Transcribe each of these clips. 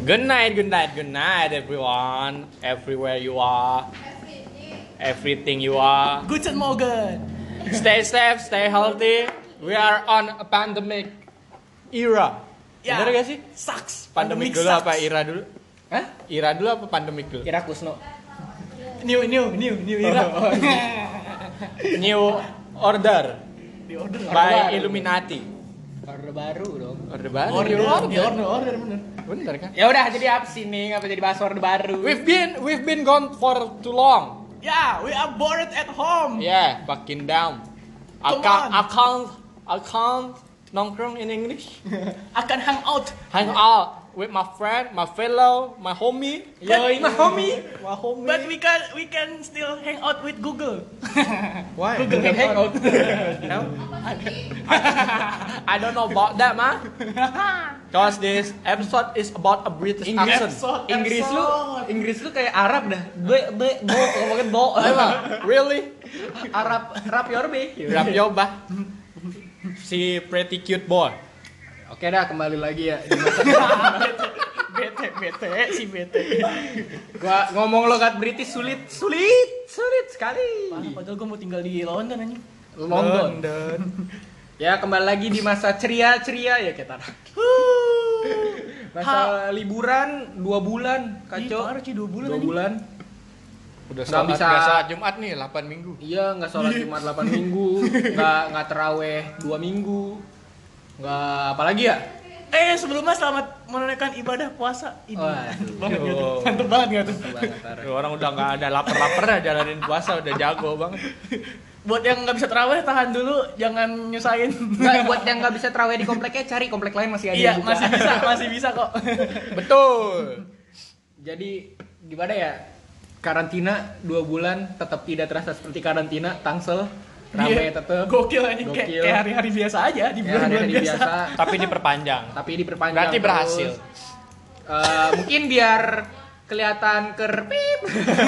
Good night, everyone. Everywhere you are, everything you are. Guten Morgen. Stay safe, stay healthy. We are on a pandemic era. Ya. Bener gak sih? Sucks. Pandemic dulu sucks. apa era dulu? Hah? Era dulu apa pandemic dulu? Kira Kusno. New era. New order Di order. by Illuminati. Orde baru dong. Order baru. Order bener. Bener kan? Ya udah, jadi apa sih nih? Ngapa jadi bahas orde baru? We've been gone for too long. Ya, we are bored at home. Yeah, fucking down. Come on. I can't nongkrong in English. Akan hang out. Hang out with my friend, my fellow, my homie. My homie. My homie. But we can still hang out with Google. Why? Google Hangout. No? I don't know about that, man. Cause this episode is about a British accent. Inggris lu kayak Arab dah. Ngomongin bo. Really? Arab yorbe. Rap Yoba. Si pretty cute boy. Oke dah, kembali lagi ya. bete. Gua ngomong logat British sulit sekali. Padahal gue mau tinggal di London anjing. London. Ya, kembali lagi di masa ceria ya kita. Masa liburan 2 bulan, kacau. Parah sih 2 bulan 2 anjing. bulan. Udah Nggak salat Jumat nih 8 minggu. Iya, enggak sholat Jumat 8 minggu, enggak taraweh 2 minggu. Enggak apalagi ya? Sebelumnya selamat menunaikan ibadah puasa ini. Banget gitu. Oh. Mantep banget gak tuh? Orang udah nggak ada lapar-laparnya jalanin puasa udah jago banget. Buat yang nggak bisa terawih tahan dulu, jangan nyusahin. Enggak, buat yang enggak bisa taraweh di kompleknya, cari komplek lain masih ada Iya, yang buka. masih bisa kok. Betul. Jadi gimana ya? Karantina 2 bulan tetap tidak terasa seperti karantina, Tangsel. Rame tetap. Gokil aja Gokil. kayak hari-hari biasa aja di Ya, bulan-bulan hari-hari biasa. Tapi diperpanjang. Tapi diperpanjang. Berarti terus. berhasil. Mungkin biar kelihatan kerpip.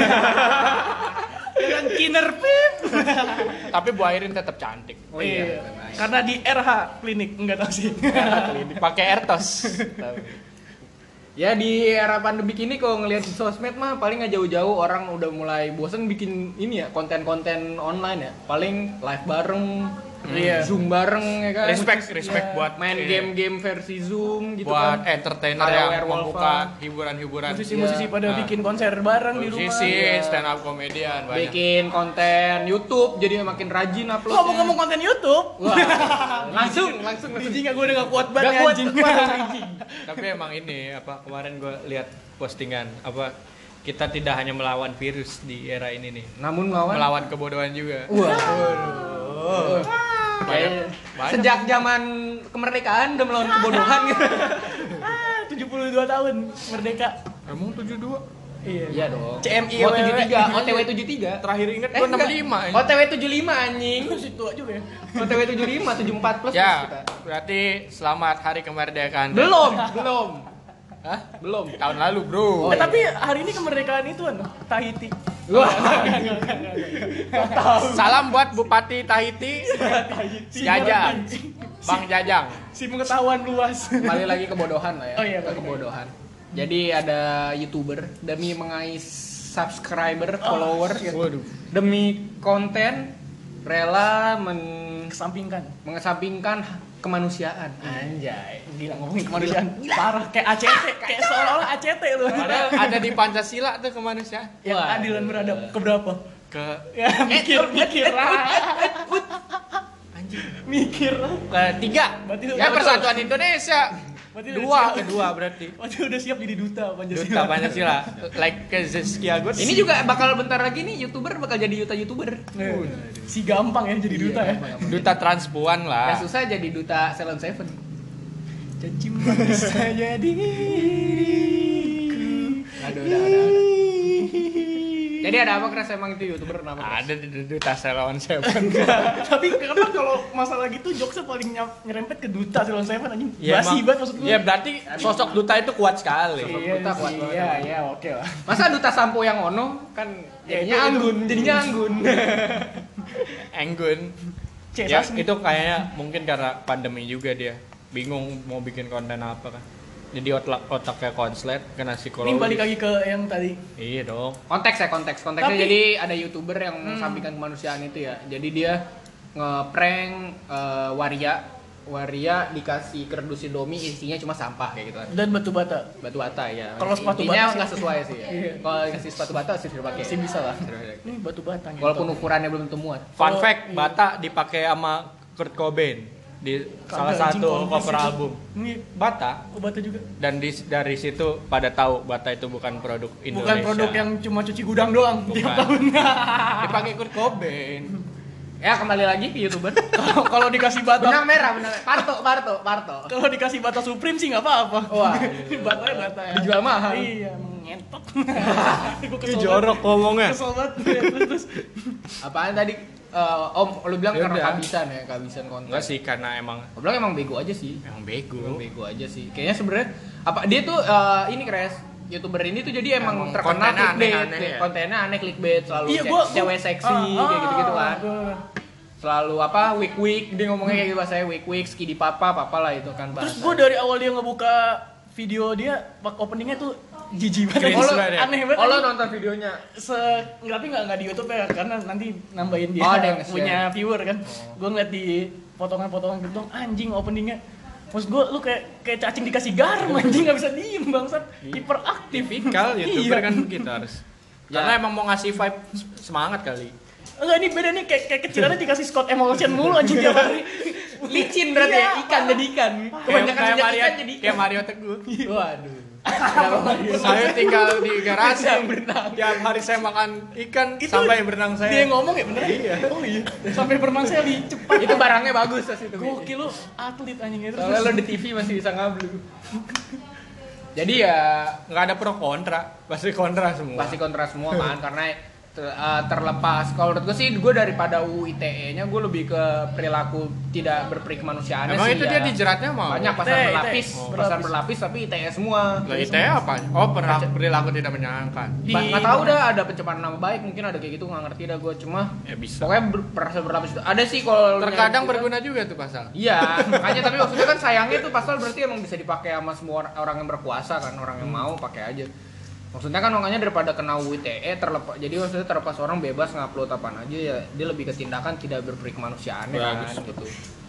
Dengan kiner pip. Tapi Bu Airin tetap cantik. Oh iya. Karena di RH klinik enggak tahu sih. Pakai Ertos. Ya di era pandemik ini kalau ngelihat di sosmed mah paling nggak jauh-jauh orang udah mulai bosen bikin ini ya, konten-konten online ya. Paling live bareng, Zoom bareng ya kan. Respect buat main game-game versi Zoom gitu buat kan. entertainer Kayak yang Werewolf membuka hiburan-hiburan. Musisi-musisi pada bikin konser bareng di rumah. Musisi, Iya. stand up comedian banyak. Bikin konten YouTube jadi makin rajin upload. Ngomong-ngomong konten YouTube. Wah, langsung. Anjing gue udah gak kuat banget Nggak kuat. anjing. Tapi emang ini kemarin gue lihat postingan kita tidak hanya melawan virus di era ini nih, Namun melawan kebodohan juga. Wah. Banyak. Sejak zaman kemerdekaan udah melawan kebodohan gitu. 72 tahun merdeka. Emang 72? Iya dong. CMI Oh, 73, OTW 73. Terakhir inget gue 65 ini. OTW 75 anjing. Masih tua juga ya. OTW 75, 74 plus Ya, kita. berarti selamat hari kemerdekaan. Belum. Hah? Belum. Tahun lalu, bro. Tapi hari ini kemerdekaan itu Tahiti. Wah. Salam buat Bupati Tahiti. Jajang. Bang Jajang. Si pengetahuan luas. Kembali lagi kebodohan lah ya. Oh iya, Ke kebodohan. Jadi ada YouTuber demi mengais subscriber, follower gitu. Waduh. Demi konten rela Kesampingkan kemanusiaan. Anjay. gila ngomongin kemanusiaan parah kayak ACT kayak seolah-olah ACT lu. Padahal ada di Pancasila tuh kemanusiaan. Yang adilan beradab keberapa? Ke Ya mikir mikir ketiga. Berarti lu- Ya Persatuan Indonesia. Berarti lu Kedua berarti. Berarti udah siap jadi duta Pancasila. Duta Pancasila. Like ke Zaskia Gotik. Ini juga bakal bentar lagi nih YouTuber bakal jadi YouTuber. Si gampang ya jadi duta ya. Duta transpuan lah. Yang susah jadi duta Salon Seven. Caci bisa jadi. Aduh, udah. Jadi ada apa keras emang itu YouTuber kenapa? Ada di Duta Salon Seven. Tapi kenapa kalau masalah gitu jokesnya paling nyerempet ke duta Salon Seven anjing. Ya, Basi banget maksud gue. Ya berarti sosok duta itu kuat sekali. Iya, duta kuat banget. Iya, oke lah. Masa duta sampo yang ono kan Ya, jadinya anggun. Enggun. C Ya Sasmi. itu kayaknya mungkin karena pandemi juga dia bingung mau bikin konten apa kan. Jadi otaknya konslet, kena psikologis. Ini balik lagi ke yang tadi. Iya dong. Konteksnya Tapi- jadi ada YouTuber yang mengesampingkan kemanusiaan itu ya. Jadi dia ngeprank Waria dikasih kardus Indomie isinya cuma sampah kayak gitu kan. Dan batu bata. Batu bata ya. Kalau sepatu Intinya bata sih- nggak sesuai sih ya. Iya. Kalau dikasih sepatu bata masih bisa pakai. Masih bisa lah. Ini batu bata gitu. Walaupun ukurannya belum tentu muat. Fun Oh, fact, iya. Bata dipakai sama Kurt Cobain di salah Kagak, anjing, satu kalau cover itu. album. Ini Bata, bata juga. dan dari situ pada tahu Bata itu bukan produk Indonesia. Bukan produk yang cuma cuci gudang doang Bukan. tiap tahun. dipakai Kurt Cobain. Ya kembali lagi ke YouTuber. Kalau dikasih bata, Benang merah. Parto. kalau dikasih bata Supreme sih nggak apa-apa. Wah. Ini batanya bata ya. Dijual mahal. Iya, ngentot. Gue Ih, jorok ngomongnya. Kesel banget. Terus. Apaan tadi? Om, lu bilang Ya karena udah. kehabisan konten. Enggak sih, karena emang Gua bilang emang bego aja sih. bego. Emang bego aja sih. Kayaknya sebenarnya dia tuh ini Kres. YouTuber ini tuh jadi emang terkenal kontennya clickbait, aneh-aneh ya. kontennya aneh clickbait selalu Iya, gua cewek seksi kayak gitu-gitu kan. Selalu apa week dia ngomongnya kayak gitu bahasanya week skidi papa lah itu kan Terus bahasa. gue dari awal dia ngebuka video dia, openingnya tuh jijik banget. Cringe banget ya? Aneh banget. Oh, lo nonton videonya? Tapi nggak di YouTube ya, karena nanti nambahin dia Oh, ada yang nge-share. punya viewer kan. Gue ngeliat di potongan-potongan gitu, anjing openingnya. Maksud gue lu kayak cacing dikasih garam anjing, nggak bisa diem bangsat, hiperaktif. Tipikal YouTuber Iya. kan begitu harus. Ya. Karena emang mau ngasih vibe semangat kali. Enggak, ini beda nih, kayak kecilannya dikasih Scott Emulsion mulu anjing tiap hari. Licin berarti ya, ikan jadi ikan. Kebanyakan kayak sejak Mario, ikan jadi kayak ikan. Mario Teguh. Waduh. Kenapa Mario? Saya tinggal di garasi Berenang. Tiap hari saya makan ikan Itu sampai berenang saya. Dia ngomong ya bener? Iya. Oh iya. Sampai berenang saya cepat. Itu barangnya bagus pas itu. Gokil lu atlet anjing itu. Soalnya lo di TV masih bisa ngablu. Jadi ya Nggak ada pro kontra, pasti kontra semua. pasti kontra semua kan karena terlepas kalau menurut gue sih gue daripada UU ITE-nya gue lebih ke perilaku tidak berperi kemanusiaan Emang sih itu ya. dia dijeratnya mau? Banyak pasal ITE. berlapis, Oh. pasal berlapis tapi ITE semua. Lah ITE apa? Oh, perilaku tidak menyenangkan. Nggak tahu dah ada pencemaran nama baik mungkin ada kayak gitu nggak ngerti dah gue cuma Ya bisa. pokoknya pasal berlapis itu ada sih kalau Terkadang nyari- berguna juga tuh pasal. Iya, makanya tapi maksudnya kan sayangnya itu pasal berarti emang bisa dipakai sama semua orang yang berkuasa kan, orang yang mau pakai aja. Maksudnya kan makanya daripada kena UU ITE terlepas, jadi maksudnya terlepas orang bebas ngupload apaan aja ya, dia lebih ke tindakan tidak berperi kemanusiaan kan Bagus. gitu.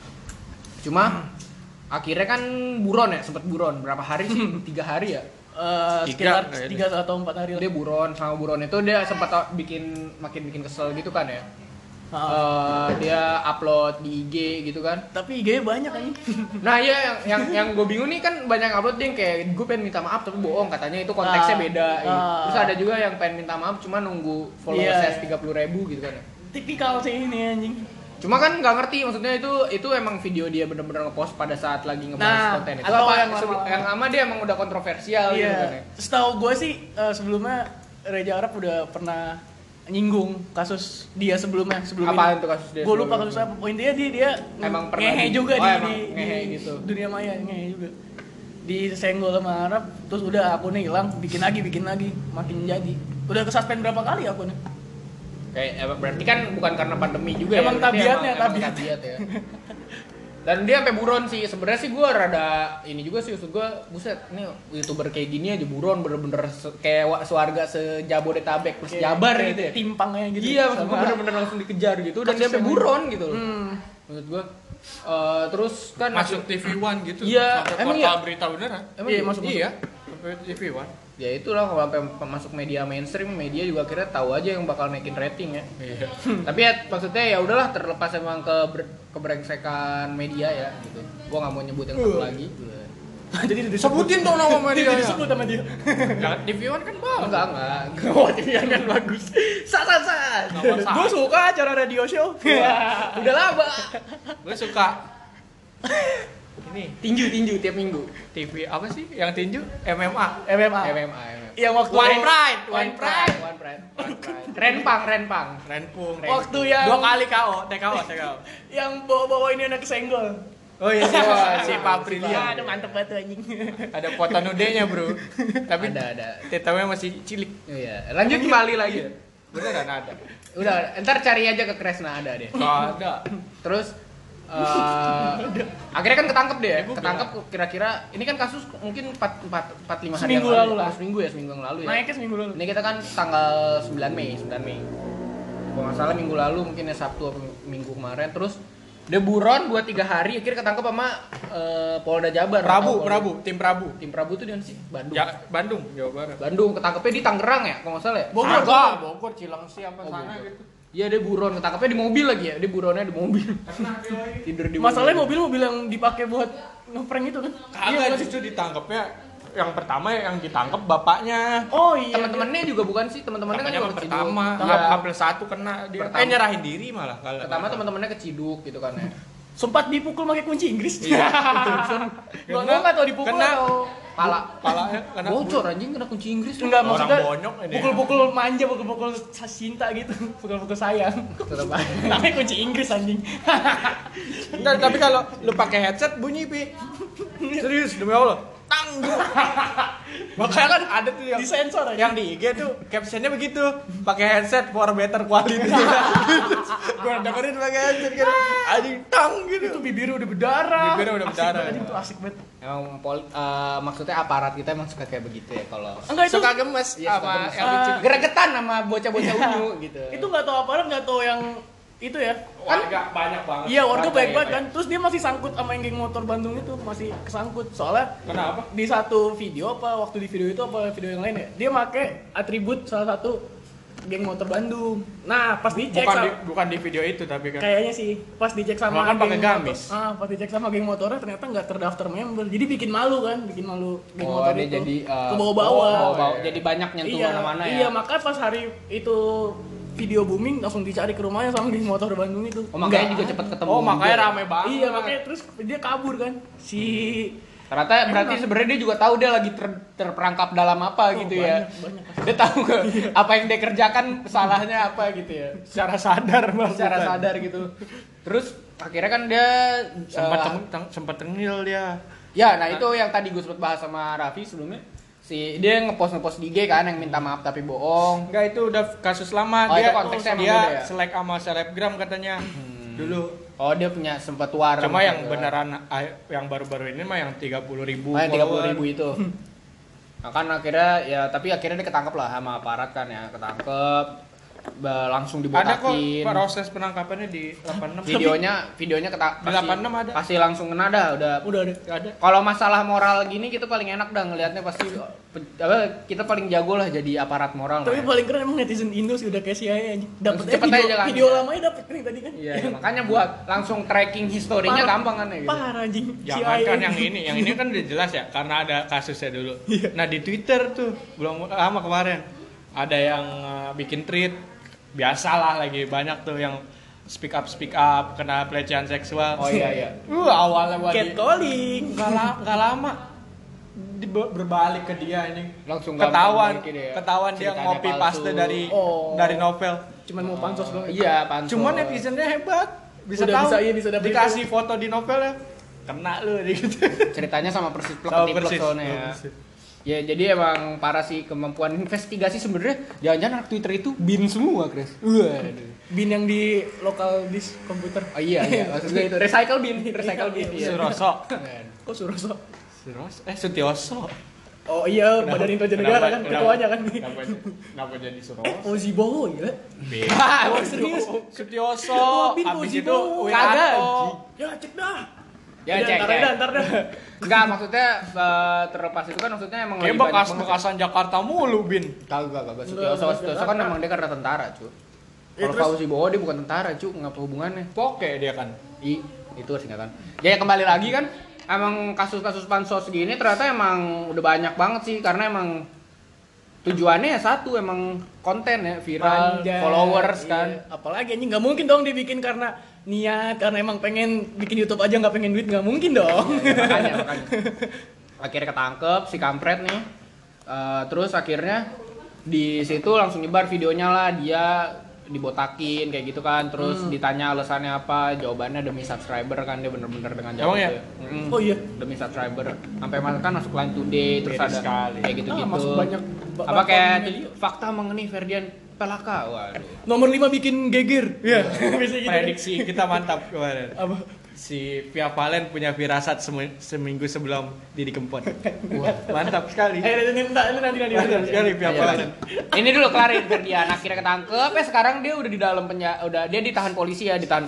Cuma akhirnya kan buron ya, sempat buron berapa hari sih? 3 hari ya. Sekitar kayaknya. 3 atau 4 hari lah. Dia buron sama buron itu dia sempat makin bikin kesel gitu kan ya. Dia upload di IG gitu kan. Tapi IG banyak anjing. Nah iya yang gue bingung nih kan banyak upload dia yang kayak gue pengen minta maaf tapi bohong katanya itu konteksnya beda. Terus ada juga yang pengen minta maaf cuma nunggu followersnya 30.000 gitu kan. Tipikal sih ini anjing. Cuma kan nggak ngerti maksudnya itu emang video dia bener-bener ngepost pada saat lagi ngebahas konten itu atau apa yang lama dia emang udah kontroversial gitu kan ya. Iya. Setahu gue sih sebelumnya Reza Arab udah pernah nyinggung kasus dia sebelumnya sebelum Apaan ini. tuh kasus dia Gue lupa sebelumnya? kasus apa. Intinya dia Emang pernah ngehe di- juga oh, emang di ngehe gitu. dunia maya, ngehe juga. Disenggol sama Arab, terus udah akunnya hilang, bikin lagi, makin jadi. Udah kesuspend berapa kali akunnya? Kayak berarti kan bukan karena pandemi juga Emang ya. Berarti tabiatnya, emang tabiat. tabiat ya. Dan dia sampai buron sih. Sebenarnya sih gue rada ini juga sih maksud gue, buset, ini YouTuber kayak gini aja buron bener-bener kayak sewarga sejabodetabek plus Jabar Kayak gitu ya. Timpangnya gitu. Iya, maksud gue Sama- bener-bener langsung dikejar gitu dan dia sampai buron gitu loh. Maksud gue terus kan Masuk TV One gitu. Iya, Sampai emang portal iya? berita beneran. Emang Iya, gitu? masuk. Iya, sampai TV One. Ya itulah kalau sampai masuk media mainstream, media juga akhirnya tahu aja yang bakal naikin rating ya. Iya. Tapi ya maksudnya ya udahlah terlepas emang kebrengsekan media ya gitu. Gua nggak mau nyebut yang satu lagi. Jadi disebut. Sebutin dong nama Jadi media. disebut sama dia. Ya, TV One kan bagus. Enggak. Oh, TV kan bagus. Sa. Gue suka acara radio show. Udah lama. Gue suka ini Tinju tiap minggu. TV apa sih yang tinju? MMA. MMA. MMA. Yang waktu One Pride. Renpang. Renpung. Waktu yang 2 kali KO, TKO. yang bawa ini anak kesenggol. Oh iya si Papri Ah, dia. aduh mantep banget tuh anjing. Ada foto nudenya, Bro. Tapi Ada. tetenya masih cilik. Iya. Lanjut kembali lagi. Beneran ada. Udah, ntar cari aja ke Kresna ada deh. Nggak ada. Terus Akhirnya kan ketangkep deh ya. Ketangkep kira-kira ini kan kasus mungkin 4 5 hari Seminggu yang lalu lah. Seminggu yang lalu ya. Naiknya seminggu lalu. Ini kita kan tanggal 9 Mei. Kalau nggak salah minggu lalu mungkin ya Sabtu atau Minggu kemarin. Terus dia buron buat 3 hari, akhirnya ketangkep sama Polda Jabar. Tim Prabu. Tim Prabu tuh di mana sih? Bandung. Ya, Bandung, Jawa Barat. Bandung, ketangkepnya di Tangerang ya, kalau nggak salah ya. Bogor, Cilengsi apa sana Bogor. gitu. Iya dia buron, ketangkepnya di mobil lagi ya. Dia buronnya di mobil. Tidur di Masalahnya mobil yang dipakai buat ngeprank itu kan. Kagak, justru ditangkapnya yang pertama yang ditangkap bapaknya. Oh iya. Teman-temannya juga bukan sih, teman-temannya kan Temannya juga pertama, Iya. hampir satu kena dia. Pertama. Nyerahin diri malah kalau. Pertama teman-temannya keciduk gitu kan ya. Sempat dipukul pakai kunci Inggris. Iya. Gua enggak tahu dipukul Kena. atau Palanya kena Bocor anjing kena kunci Inggris. enggak, Orang maksudnya bonyok ini. pukul-pukul manja, pukul-pukul cinta gitu. Pukul-pukul sayang. Tetap aja. Namanya kunci Inggris anjing. Enggak, tapi kalau lu pakai headset bunyi pi. Serius demi Allah. Tang. Makanya kan ada tuh yang Disensor aja. yang di IG tuh captionnya begitu, pakai headset for better quality. Gua dengerin pakai headset kan, anjing tang gitu. Itu bibirnya udah berdarah. Bibirnya udah berdarah. Anjing tuh asik banget. Emang maksudnya aparat kita emang suka kayak begitu ya kalau Enggak itu. Suka gemes Iya, suka sama gemes. yang lucu. Geregetan sama bocah-bocah unyu gitu. Itu enggak tahu aparat, enggak tahu yang itu ya. Warga banyak banget. Iya, warga baik ya, banget kan. Terus dia masih sangkut sama yang geng motor Bandung itu, masih kesangkut. Soalnya Kenapa? di satu video apa waktu di video itu apa video yang lain ya, dia make atribut salah satu geng motor Bandung. Nah, pas dicek Bukan di video itu tapi kan. kayaknya sih pas dicek sama Kan pakai geng gamis. motor, pas dicek sama geng motornya ternyata nggak terdaftar member. Jadi bikin malu kan, bikin malu geng Oh, motor dia itu. jadi ke bawah-bawah. jadi banyak nyentuh Iya, mana-mana ya. iya, makanya pas hari itu video booming langsung dicari ke rumahnya sama geng motor Bandung itu. Oh, makanya Nggak juga ada. cepet ketemu. Oh, makanya juga. rame banget. Iya, makanya terus dia kabur kan. Si Ternyata berarti sebenarnya dia juga tahu dia lagi terperangkap dalam apa gitu ya. banyak. Dia tahu apa yang dia kerjakan salahnya apa gitu ya. Secara sadar banget. Secara sadar gitu. Terus akhirnya kan dia sempat tengil dia. ya, nah itu yang tadi gue sempat bahas sama Raffi sebelumnya. Dia ngepost di IG kan yang minta maaf tapi bohong. Enggak, itu udah kasus lama. Oh, Dia itu konteksnya emang dia beda ya? selek sama selebgram katanya. Dulu. Oh, dia punya sempat war. Cuma yang beneran yang baru-baru ini mah yang 30.000 yang 30.000 itu. Nah kan akhirnya ya, tapi akhirnya dia ketangkep lah sama aparat kan ya, ketangkep. Langsung Ada kok dibotakin. proses penangkapannya di 86. Videonya Di pasti 86 ada. pasti langsung kena dah Udah ada. Ada. Kalau masalah moral gini kita paling enak dah ngelihatnya, pasti kita paling jago lah jadi aparat moral. Tapi lah ya. paling keren emang netizen Indo sih udah kayak CIA anjing. Dapat Cepet video, aja kan. video lamanya dapat nih tadi kan. Iya, makanya buat langsung tracking historinya Parah. gampang kan ya gitu. Parah anjing. Jangan CIA. kan yang ini kan udah jelas ya karena ada kasusnya dulu. Nah di Twitter tuh belum lama kemarin ada yang bikin tweet, biasalah lagi banyak tuh yang speak up kena pelecehan seksual. Oh iya. Awalnya buat Catcalling. nggak lama berbalik ke dia ini. Langsung ketahuan gampang balikin ya. ketahuan dia Ceritanya ngopi palsu. paste dari Oh. novel. Cuman mau pansos doang. Iya, pansos. Cuman netizennya hebat, bisa Udah tahu. bisa, iya, bisa dapet dikasih foto di novelnya, kena lu gitu. ceritanya sama persis plek Sama ketiplek persis. soalnya ya. Ya jadi emang parah sih kemampuan investigasi sebenarnya. Jangan-jangan anak Twitter itu bin semua, Chris. Waduh. Bin yang di lokal disk komputer. Oh iya, maksudnya itu recycle bin. Iya. Suroso. Kok Suroso? Sutioso. Oh iya, Badan Intelijen Negara kan, ketuanya kan. Kenapa jadi Suroso? Fauzi Bowo ya. Oh, serius? Sutioso. Bin Habis Fauzi itu Bowo. Wiranto. Ya cek dah. Ya Udah, cek. ntar dah. Enggak, maksudnya terlepas itu kan maksudnya emang Kayak lagi banyak banget. bekasan Jakarta mulu, Bin. Kagak. Sutioso kan emang dia karena tentara, cu. Kalau Fauzi Bowo dia bukan tentara, cu. Ngapa hubungannya? Poke dia kan. Itu singkatan. Ya kembali lagi kan, emang kasus-kasus pansos gini ternyata emang udah banyak banget sih, karena emang tujuannya ya satu, emang konten ya, viral, Anjay. followers kan. Iya. Apalagi anjing nggak mungkin dong dibikin karena niat, karena emang pengen bikin YouTube aja nggak pengen duit, nggak mungkin dong. Makanya. Akhirnya ketangkep si kampret nih. Terus akhirnya di situ langsung nyebar videonya lah, dia dibotakin kayak gitu kan, terus ditanya alasannya apa, jawabannya demi subscriber kan, dia bener-bener dengan jawab Emang ya? itu. Oh iya. Demi subscriber. Sampai masuk Line Today, terus Beda ada sekali. kayak gitu-gitu. Masuk banyak apa kayak media. fakta mengenai Ferdian Pelaka. Waduh. Nomor 5 bikin geger. Iya. Bisa gitu. Prediksi kita mantap kemarin. Apa? si Via Valen punya firasat seminggu sebelum Didi Kempot. Wah, mantap sekali. Ini nanti. Mantap sekali Via Valen. Ini dulu kelarin Ferdian akhirnya ketangkep. Sekarang dia udah di dalam dia ditahan polisi ya, ditahan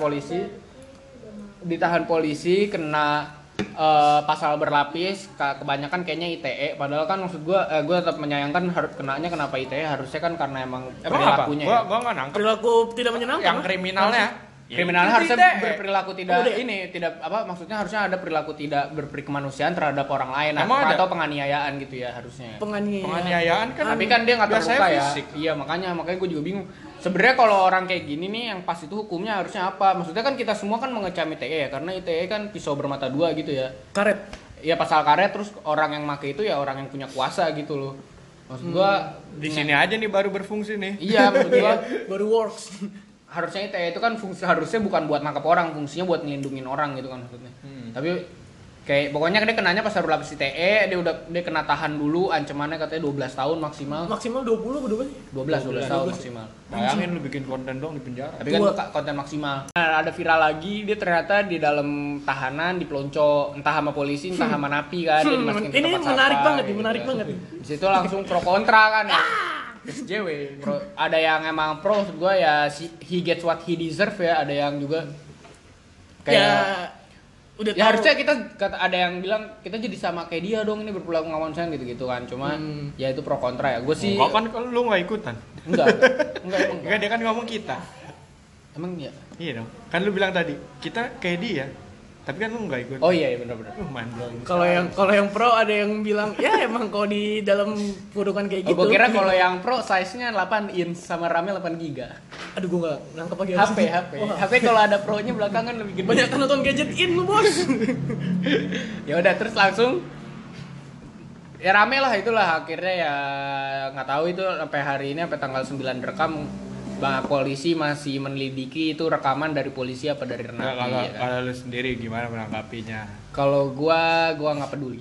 polisi kena pasal berlapis. Kebanyakan kayaknya ITE. Padahal kan maksud gue tetap menyayangkan kenanya kenapa ITE, harusnya kan karena emang perilakunya. Gua enggak nangkep. Perilaku tidak menyenangkan. Yang kriminalnya. Kriminal Ya, harusnya ITE. berperilaku maksudnya harusnya ada perilaku tidak berkemanusiaan terhadap orang lain Emang atau penganiayaan gitu ya harusnya. Penganiayaan kan. Tapi kan dia nggak biasanya terbuka ya. fisik. Iya makanya gue juga bingung. Sebenarnya kalau orang kayak gini nih yang pas itu hukumnya harusnya apa? Maksudnya kan kita semua kan mengecam ITE ya, karena ITE kan pisau bermata dua gitu ya. Karet. Iya pasal karet, terus orang yang make itu ya orang yang punya kuasa gitu loh. Maksud gua Di sini aja nih baru berfungsi nih. iya maksud gua Baru works. harusnya ITE itu kan harusnya bukan buat nangkep orang, fungsinya buat ngelindungin orang gitu kan maksudnya. Tapi kayak pokoknya dia kenanya pas baru lapis ITE, dia kena tahan dulu, ancamannya katanya 12 tahun maksimal. Maksimal 20 atau 12 tahun maksimal. Bayangin lu bikin konten dong di penjara. Tapi kan konten maksimal. Nah, ada viral lagi, dia ternyata di dalam tahanan dipelonco entah sama polisi, entah sama napi kan, dia dimasukin ke Ini tempat menarik sampah, banget, gitu. menarik banget. Di situ langsung pro kontra kan ya. SJW. Ada yang emang pro, maksud gua ya he gets what he deserve ya, ada yang juga kayak Ya udah ya tahu. harusnya ada yang bilang kita jadi sama kayak dia dong, ini berperilaku ngawonsan gitu-gitu kan. Cuma ya itu pro kontra ya. Gue sih Enggak kan kalau lu enggak ikutan. enggak emang Enggak, dia kan ngomong kita. emang ya. Iya dong. Kan lu bilang tadi, kita kayak dia. Tapi kan lu enggak ikut. Oh iya benar-benar. Mind blowing. Kalau yang pro ada yang bilang ya emang kalau di dalam kurungan kayak gitu. Gue kira kalau yang pro size-nya 8 inch sama RAM-nya 8 GB. Aduh gue nggak nangkep lagi. HP kalau ada pro-nya belakangan lebih gede. Banyak kan nonton gadget in lu bos. Ya udah terus langsung ya rame lah itulah akhirnya ya nggak tahu itu sampai hari ini sampai tanggal 9 rekam polisi masih menelidiki itu rekaman dari polisi apa dari Nah, napi kalau ya kan? kalau lu sendiri gimana menanggapinya? Kalau gua nggak peduli.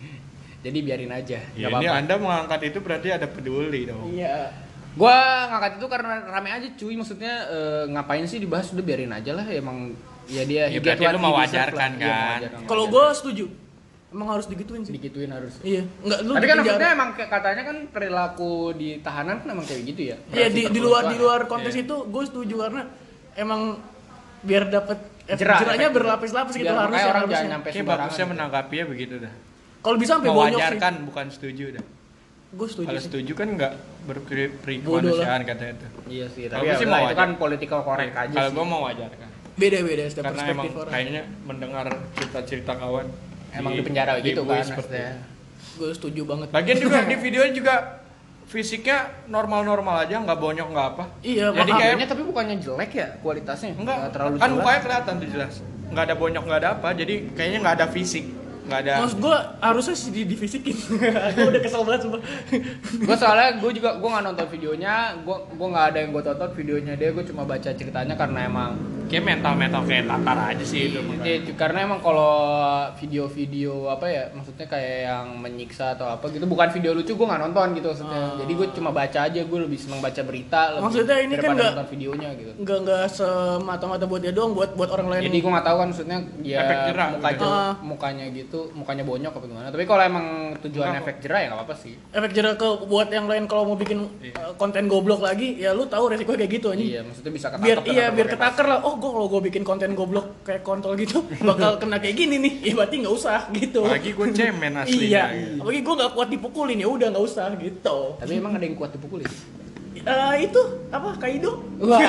Jadi biarin aja. Ya, nggak ini apa-apa. Anda mengangkat itu berarti ada peduli dong. Iya. Gua ngangkat itu karena rame aja cuy, maksudnya ngapain sih dibahas, udah biarin aja lah emang ya dia Ya, he get berarti what lu he deserve mewajarkan lah. Iya, kan? mewajarkan. Kalau gue setuju. Emang harus digituin sih. digituin harus. Iya. Enggak lu Tapi di kan penjara. maksudnya emang katanya kan perilaku di tahanan kan emang kayak gitu ya. Iya Berarti di perpeloncoan. luar konteks Iya. itu gue setuju karena emang biar dapet efek jerahnya jerah. berlapis-lapis gitu Biar makanya harusnya. orang jangan harusnya. nyampe Kayak sembarangan. bagusnya menanggapinya begitu dah. Kalau bisa sampai bonyok sih. Mewajarkan bukan setuju dah. Gue setuju. Kalau sih. setuju kan enggak Bodoh berkemanusiaan katanya itu. Iya sih, Kalau tapi gua ya sih udah, mau itu wajar. kan political correct aja Kalau sih. gua mau wajarkan. Beda-beda setiap Karena emang perspektif orang. kayaknya mendengar cerita-cerita kawan Emang di penjara gitu kan seperti maksudnya. Gue setuju banget. Bagian juga di videonya juga fisiknya normal-normal aja, nggak bonyok nggak apa. Iya, Jadi makanya kayak tapi bukannya jelek ya kualitasnya? enggak terlalu kan jelas. mukanya kelihatan tuh jelas. Nggak ada bonyok, nggak ada apa. Jadi kayaknya nggak ada fisik, nggak ada. maksud gue harusnya sih divisikin. Gue udah kesel banget sumpah. Gue soalnya gue nggak nonton videonya, gue nggak ada yang gue tonton videonya dia, gue cuma baca ceritanya karena emang Kayak mental kayak tatar aja sih itu. karena emang kalau video-video apa ya maksudnya kayak yang menyiksa atau apa gitu bukan video lucu, gue nggak nonton gitu maksudnya. Jadi gue cuma baca aja, gue lebih senang baca berita lebih Maksudnya ini kan daripada nggak- nonton videonya gitu. Enggak semata-mata buat dia doang, buat orang lain. Jadi gue nggak tahu kan maksudnya dia Efek jerah mukanya gitu. mukanya gitu, mukanya bonyok apa gimana. Tapi kalau emang tujuan Enggak kok. efek jerah ya nggak apa-apa sih. efek jerah ke buat yang lain kalau mau bikin konten goblok lagi, ya lu tahu resikonya kayak gitu anjing. Iya, maksudnya bisa ketangkep. Biar dengan biar berbagai ketaker lah. Oh, kalau gue bikin konten goblok kayak kontol gitu bakal kena kayak gini nih. Ya berarti nggak usah gitu. Apalagi gue cemen aslinya. Iya. Gitu. Apalagi gue nggak kuat dipukulin, ya udah nggak usah gitu. Tapi emang ada yang kuat dipukulin. Itu apa Kaido Wah.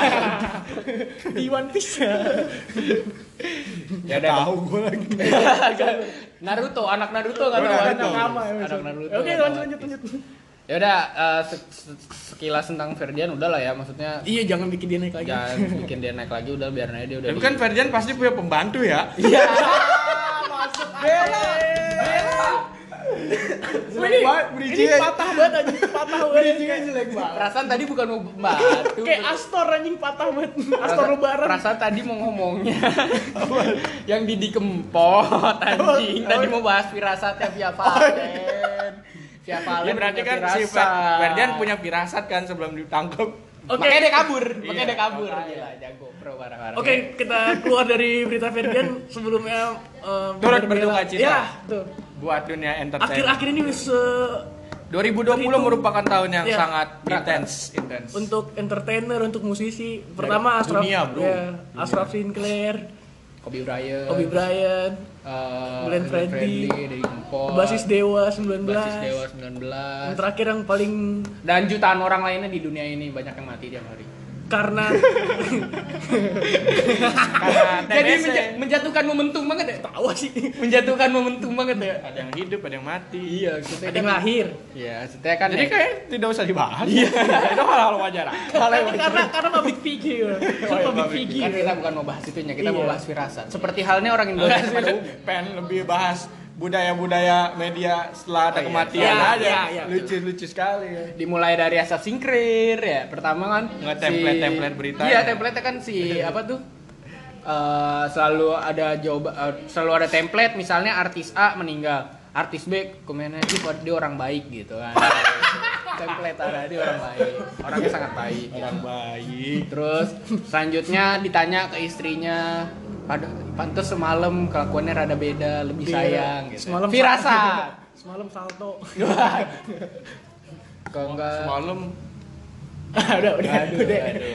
di One Piece. Ya udah Tahu gue lagi. Naruto, anak Naruto kan Naruto. Anak Naruto. Oke, lanjut. Ya udah sekilas tentang Ferdian udah lah ya, maksudnya Iya, jangan bikin dia naik lagi. jangan bikin dia naik lagi, udah biarin aja dia udah. Tapi kan Ferdian pasti punya pembantu ya. iya. Ini patah banget anjing, patah banget. jelek banget. Perasaan tadi bukan mau batu. Kayak Astor anjing patah banget. Astor lebaran. Perasaan tadi mau ngomongnya yang Didi Kempot anjing. Tadi mau bahas firasatnya Via Valen. Via Valen. Ya berarti punya kan si firasat. Ferdian punya firasat kan sebelum ditangkap. Oke. Makanya dia kabur, makanya. Gila, jago, pro parah. Oke, kita keluar dari berita Ferdian sebelumnya Turut berbela- berduka cita. Ya, tuh. Buat dunia entertainment. Akhir-akhir ini wis 2020 Itu- merupakan tahun yang Iya. sangat Berat. intens. untuk entertainer, untuk musisi. Pertama Ashraf, dunia, bro. ya, Ashraf Sinclair, Kobe Bryant, Kobe Bryant, Glenn Fredly, dari Kempot, basis Dewa 19. Basis Dewa Yang 19. terakhir yang paling Dan jutaan orang lainnya di dunia ini banyak yang mati tiap hari. karena Karena Jadi TBC. menjatuhkan momentum banget ya. tahu sih. Menjatuhkan momentum banget ya. Ada yang hidup, ada yang mati. Iya, maksudnya Ada yang lahir. Iya, maksudnya kan Jadi kayak tidak usah dibahas. Iya. Itu hal-hal wajar. Karena public figure. Public kan figure. kita bukan mau bahas itunya, kita mau Iya. bahas firasat. Seperti halnya orang Indonesia pada umumnya. Pengen lebih bahas budaya-budaya media setelah ada Oh, iya. kematian Iya, aja. iya, iya. Lucu-lucu sekali. Dimulai dari Assassin's Creed ya. Pertama kan Nge-template-template berita Iya, ya. template kan si apa tuh? Selalu ada selalu ada template, misalnya artis A meninggal, artis B komennya dia orang baik gitu kan. Template ada dia orang baik, orangnya sangat baik. Orang baik. Terus selanjutnya ditanya ke istrinya, pantes semalam kelakuannya rada beda, lebih sayang gitu. Semalam Firasat. Semalam salto. Kalau enggak Semalam udah. Aduh.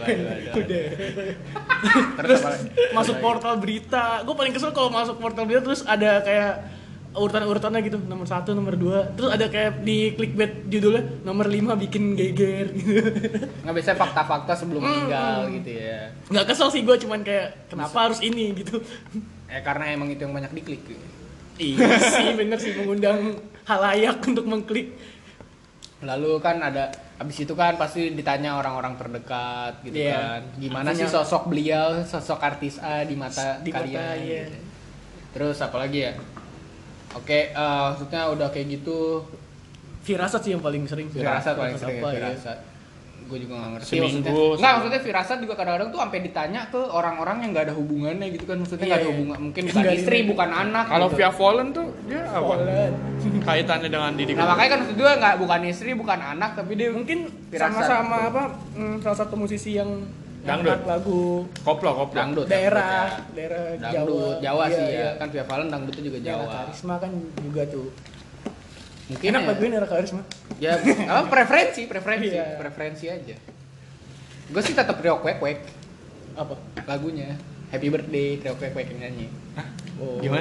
Terus apa lagi? Masuk portal berita. Gue paling kesel kalau masuk portal berita terus ada kayak urutan-urutannya gitu, nomor 1, nomor 2. Terus ada kayak di clickbait judulnya nomor 5 bikin geger gitu. Nggak bisa fakta-fakta sebelum meninggal gitu ya. Nggak kesel sih gue, cuman kayak kenapa harus ini gitu. Karena emang itu yang banyak diklik. Iya sih, bener sih, mengundang halayak untuk mengklik. Lalu kan ada abis itu kan pasti ditanya orang-orang terdekat gitu Iya. kan. Gimana Artinya- sih sosok beliau, sosok artis A di mata Di mata, kalian? iya. gitu. Terus apa lagi ya? Oke, maksudnya udah kayak gitu. Firasat sih yang paling sering. Firasat paling sering apa, ya, ya. firasat. Gue juga gak ngerti Seminggu, maksudnya. Nggak, sebulan. maksudnya firasat juga kadang-kadang tuh sampai ditanya ke orang-orang yang gak ada hubungannya gitu kan. Maksudnya gak ada Iya. hubungan, mungkin bukan Nggak istri, ada- bukan anak kalau gitu. via Fallen tuh dia apa? Kaitannya dengan diri. Nah makanya kan maksud gue nggak bukan istri, bukan anak, tapi dia Mungkin Firasat. sama-sama apa, salah satu musisi yang Dangdut. angkat lagu koplo. dangdut. daerah Dangdut, Jawa sih Iya, ya. Kan Via Valen dangdutnya juga Nera Jawa. Karisma kan juga tuh. Mungkin Enak ya, lagunya Nera Karisma. ya apa preferensi Iya. preferensi aja. Gue sih tetap Trio Kwek Kwek Apa? lagunya Happy Birthday Trio Kwek Kwek yang nyanyi. Oh. Gimana?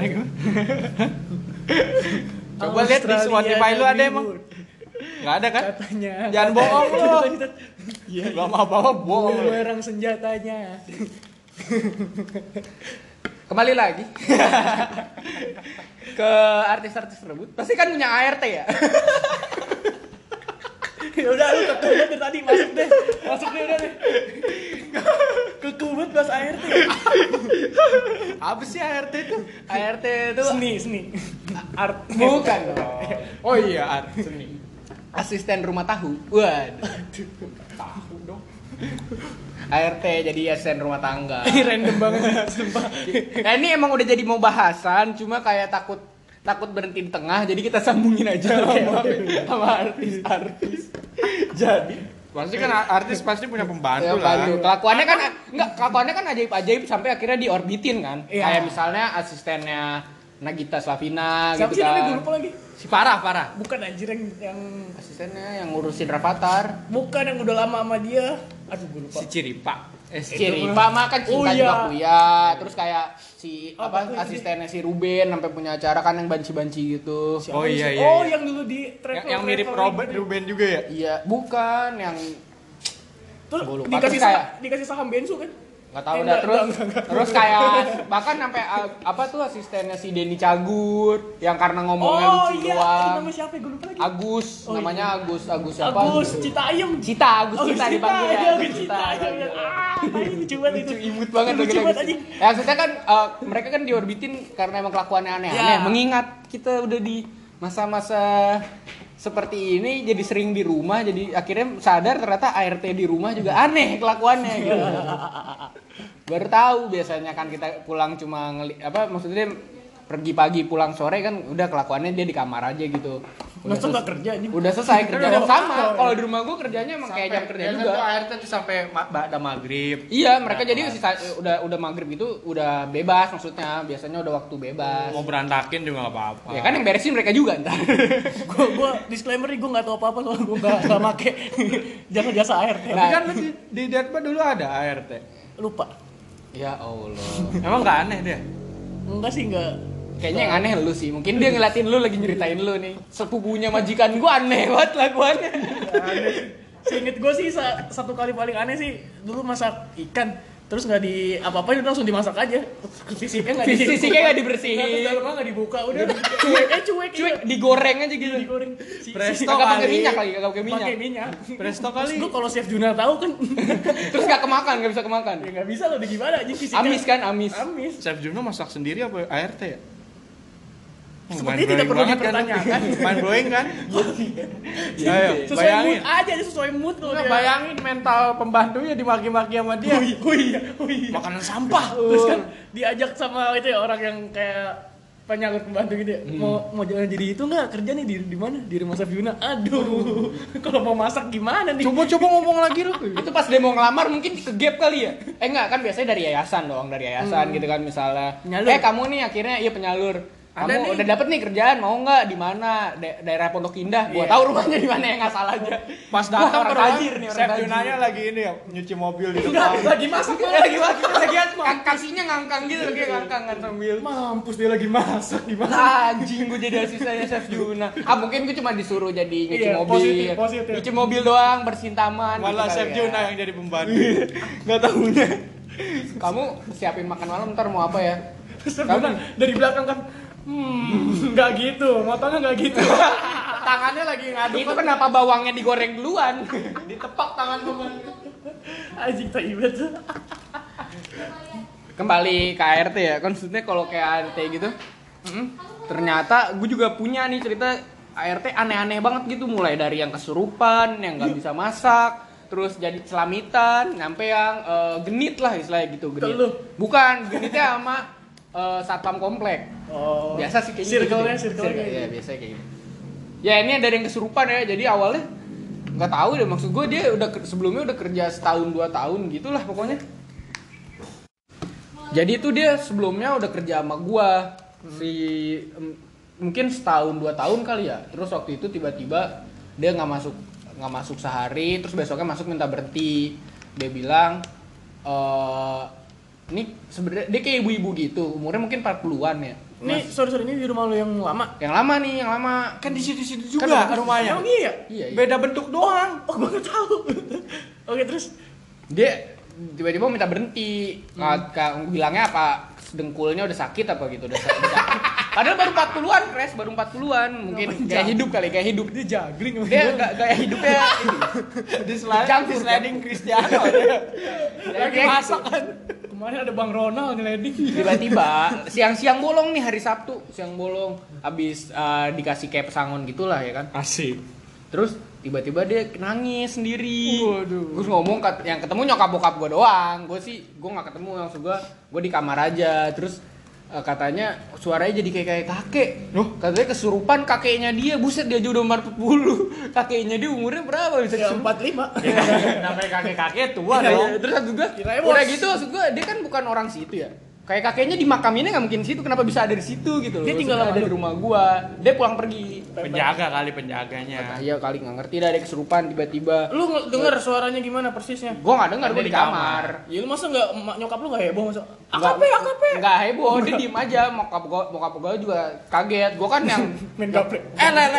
Coba lihat di Spotify lu ada emang? Nggak ada kan? Katanya. Jangan bohong lu. Iya. Gak mau bawa bohong lu. Bumerang senjatanya. Kembali lagi ke artis-artis tersebut. Pasti kan punya ART ya. Ya udah lu kekubet dari tadi, masuk deh udah deh. Kekubet bahas ART. Apa sih ART itu? ART itu Seni art. bukan dong. Oh iya, art seni. Asisten rumah tahu. Waduh. Tahu dong. ART jadi asisten rumah tangga. Ini random banget sumpah. Nah ini emang udah jadi mau bahasan, cuma kayak takut berhenti di tengah, jadi kita sambungin aja sama artis-artis. Jadi Pasti kan artis pasti punya pembantu ya, lah. bantu. Kelakuannya kan ajaib-ajaib sampai akhirnya diorbitin kan. Iya. Kayak misalnya asistennya Nagita Slavina Siapa gitu sih namanya, gue kan. lupa lagi. Si Farah. Bukan anjir yang Asistennya yang ngurusin Rafathar. bukan yang udah lama sama dia. Aduh gue lupa. Si Ciripa. Ciripa mah kan Oh, cinta iya. juga kuya. Terus kayak si Apa apa tuh asistennya si Ruben sampai punya acara kan yang banci-banci gitu. Siapa Oh, sih? iya, iya, Oh, iya. yang dulu di Yang mirip Robert Ruben juga ya? Iya, bukan yang Terus Gua lupa. dikasih Terus kayak- dikasih saham bensu kan? nggak tahu Enggak, dah terus enggak. terus kayak bahkan sampai apa tuh asistennya si Denny Cagur yang karena ngomongnya Oh lucu iya, itu doang. nama siapa ya? Gue lupa lagi. Agus, Oh, namanya iya. Agus siapa? Agus Citayam. Cita, Agus Cita dipanggil ya. Agus Citayam. Tai lucu banget itu. Lucu imut banget Lucu gitu. banget anjing. Ya maksudnya kan mereka kan diorbitin karena emang kelakuannya aneh-aneh. Ya. Mengingat kita udah di masa-masa seperti ini jadi sering di rumah, jadi akhirnya sadar ternyata ART di rumah juga aneh kelakuannya gitu. Baru tahu biasanya kan kita pulang cuma maksudnya pergi pagi pulang sore kan udah kelakuannya dia di kamar aja gitu. Masa nggak kerja ini? Udah selesai kerja Udah sama. waktu. Kalau di rumah gue kerjanya emang kayak jam kerja biasanya juga. tuh ART tuh sampai ada maghrib. Iya, mereka jadi udah maghrib gitu udah bebas maksudnya. Biasanya udah waktu bebas. Mau berantakin juga nggak apa-apa. Ya kan yang beresin mereka juga ntar. Gue disclaimer nih, gue nggak tahu apa-apa soalnya gue nggak make jasa ART. Tapi kan di Deadpa dulu ada ART. Lupa. Ya Allah. Emang nggak aneh dia? Enggak sih, enggak. Kayaknya yang aneh lu sih. Mungkin dia ngeliatin lu lagi nyeritain lu nih. Sepupunya majikan gua aneh banget laguannya. Seinget gue sih satu kali paling aneh sih dulu masak ikan, terus nggak di apa-apain, udah langsung dimasak aja. Fisiknya nggak dibersihin. Terus dalamnya nggak dibuka, udah cuek Digoreng aja gitu. digoreng. Presto Kagak pakai kali. minyak lagi, kagak pakai minyak. Pakai minyak. Presto kali. Gue kalau Chef Juna tahu kan, Terus gak kemakan, gak bisa kemakan. ya nggak bisa loh, di gimana aja fisiknya. Amis kan, amis. Amis. Chef Juno masak sendiri apa ART ya? Seperti tidak perlu dipertanyakan. Main blowing kan? Ayo, Sesuai bayangin. mood aja, sesuai mood kalau dia. Bayangin mental pembantunya dimaki-maki sama dia. Oh iya. Makanan sampah. Terus kan diajak sama itu ya orang yang kayak penyalur pembantu gitu ya. Mau jalan jadi itu nggak, kerja nih di mana? Di rumah Chef Juna. Aduh. Kalau mau masak gimana nih? Coba ngomong lagi lu. Itu pas dia mau ngelamar mungkin ke gap kali ya? Enggak, kan biasanya dari yayasan dong, dari yayasan gitu kan misalnya. Penyalur. Kamu nih akhirnya iya penyalur. Ada Kamu nih. udah dapet nih kerjaan, mau nggak di mana? Daerah Pondok Indah. Gua Iya. tahu rumahnya di mana yang nggak salah aja. Pas Wah, datang orang ke rumah, tajir nih, orang Chef tajir. Junanya lagi ini ya, nyuci mobil di Enggak, depan. lagi masak. lagi kasihnya ngangkang gitu, lagi ngangkang kan sambil. Mampus dia lagi masak gimana? Anjing, gue jadi asistennya Chef Juna. Mungkin gue cuma disuruh jadi nyuci Iya, mobil. positif. Nyuci mobil doang, bersihin taman. Malah gitu Chef kali ya. Juna yang jadi pembantu. Nggak tahunya. Kamu siapin makan malam ntar mau apa ya? Chef Juna dari belakang kan, nggak gitu, motongnya nggak gitu. Tangannya lagi ngaduk. Itu kenapa bawangnya digoreng duluan? Ditepak tangan pembantu. Anjing tak ibet. Kembali ke ART ya, kan maksudnya kalau kayak ART gitu, ternyata gue juga punya nih cerita ART aneh-aneh banget gitu, mulai dari yang kesurupan, yang nggak bisa masak, terus jadi celamitan, sampai yang genit lah istilahnya gitu, genit. Lu? Bukan, genitnya sama satpam komplek. Oh. Biasa sih kayak Circle-nya, gitu. circle-nya. Ya biasa kayak gitu. Ya ini ada yang kesurupan ya, jadi awalnya nggak tahu deh, maksud gue dia sebelumnya udah kerja setahun 2 tahun gitulah pokoknya. Jadi itu dia sebelumnya udah kerja sama gua mungkin setahun 2 tahun kali ya. Terus waktu itu tiba-tiba dia nggak masuk sehari, terus besoknya masuk minta berhenti. Dia bilang ini sebenarnya dia kayak ibu-ibu gitu, umurnya mungkin 40-an ya. Ini sorry ini di rumah lu yang lama. Yang lama nih, yang lama. Kan di situ-situ Kan juga bagus. rumahnya. Emang iya? Iya. Beda bentuk doang. Oh, gua nggak tahu. Oke, terus Dia tiba-tiba minta berhenti. Bilangnya apa? Dengkulnya udah sakit apa gitu, udah sakit. Padahal baru 40-an, Kres, baru 40-an. Mungkin gaya hidup kali, gaya hidup. dia juggling. Dia gaya hidupnya ini. Di sliding Cristiano. Lagi masak kan. Kemarin ada Bang Ronald ngeleding. Tiba-tiba siang-siang bolong nih, hari Sabtu, siang bolong. Habis dikasih kayak pesangon gitulah ya kan. Asik. Terus tiba-tiba dia nangis sendiri. Waduh. Terus ngomong yang ketemu nyokap bokap gue doang. Gue nggak ketemu, langsung gue di kamar aja. Terus katanya suaranya jadi kayak kakek. Katanya kesurupan kakeknya dia. Buset, dia aja udah 40. Kakeknya dia umurnya berapa bisa Ya kesurupan? 45. Namanya kakek-kakek tua Iya, dong. terus maksud gue, Kirain udah bos. gitu maksud gue, dia kan bukan orang situ ya. Kayak kakeknya dimakaminnya nggak mungkin situ, kenapa bisa ada di situ gitu loh. Dia tinggal Maksudnya sama ada lu? di rumah gua, dia pulang pergi. Penjaga kali penjaganya. Iya kali nggak ngerti dah, ada kesurupan tiba-tiba. Lu denger suaranya gimana persisnya? Gua nggak dengar, Ada gua di di kamar. Ya lu masa enggak nyokap lu enggak heboh masa? Nggak- AKP. Nggak heboh, dia diem aja. Bokap gua juga kaget. Gua kan yang Main gaplek.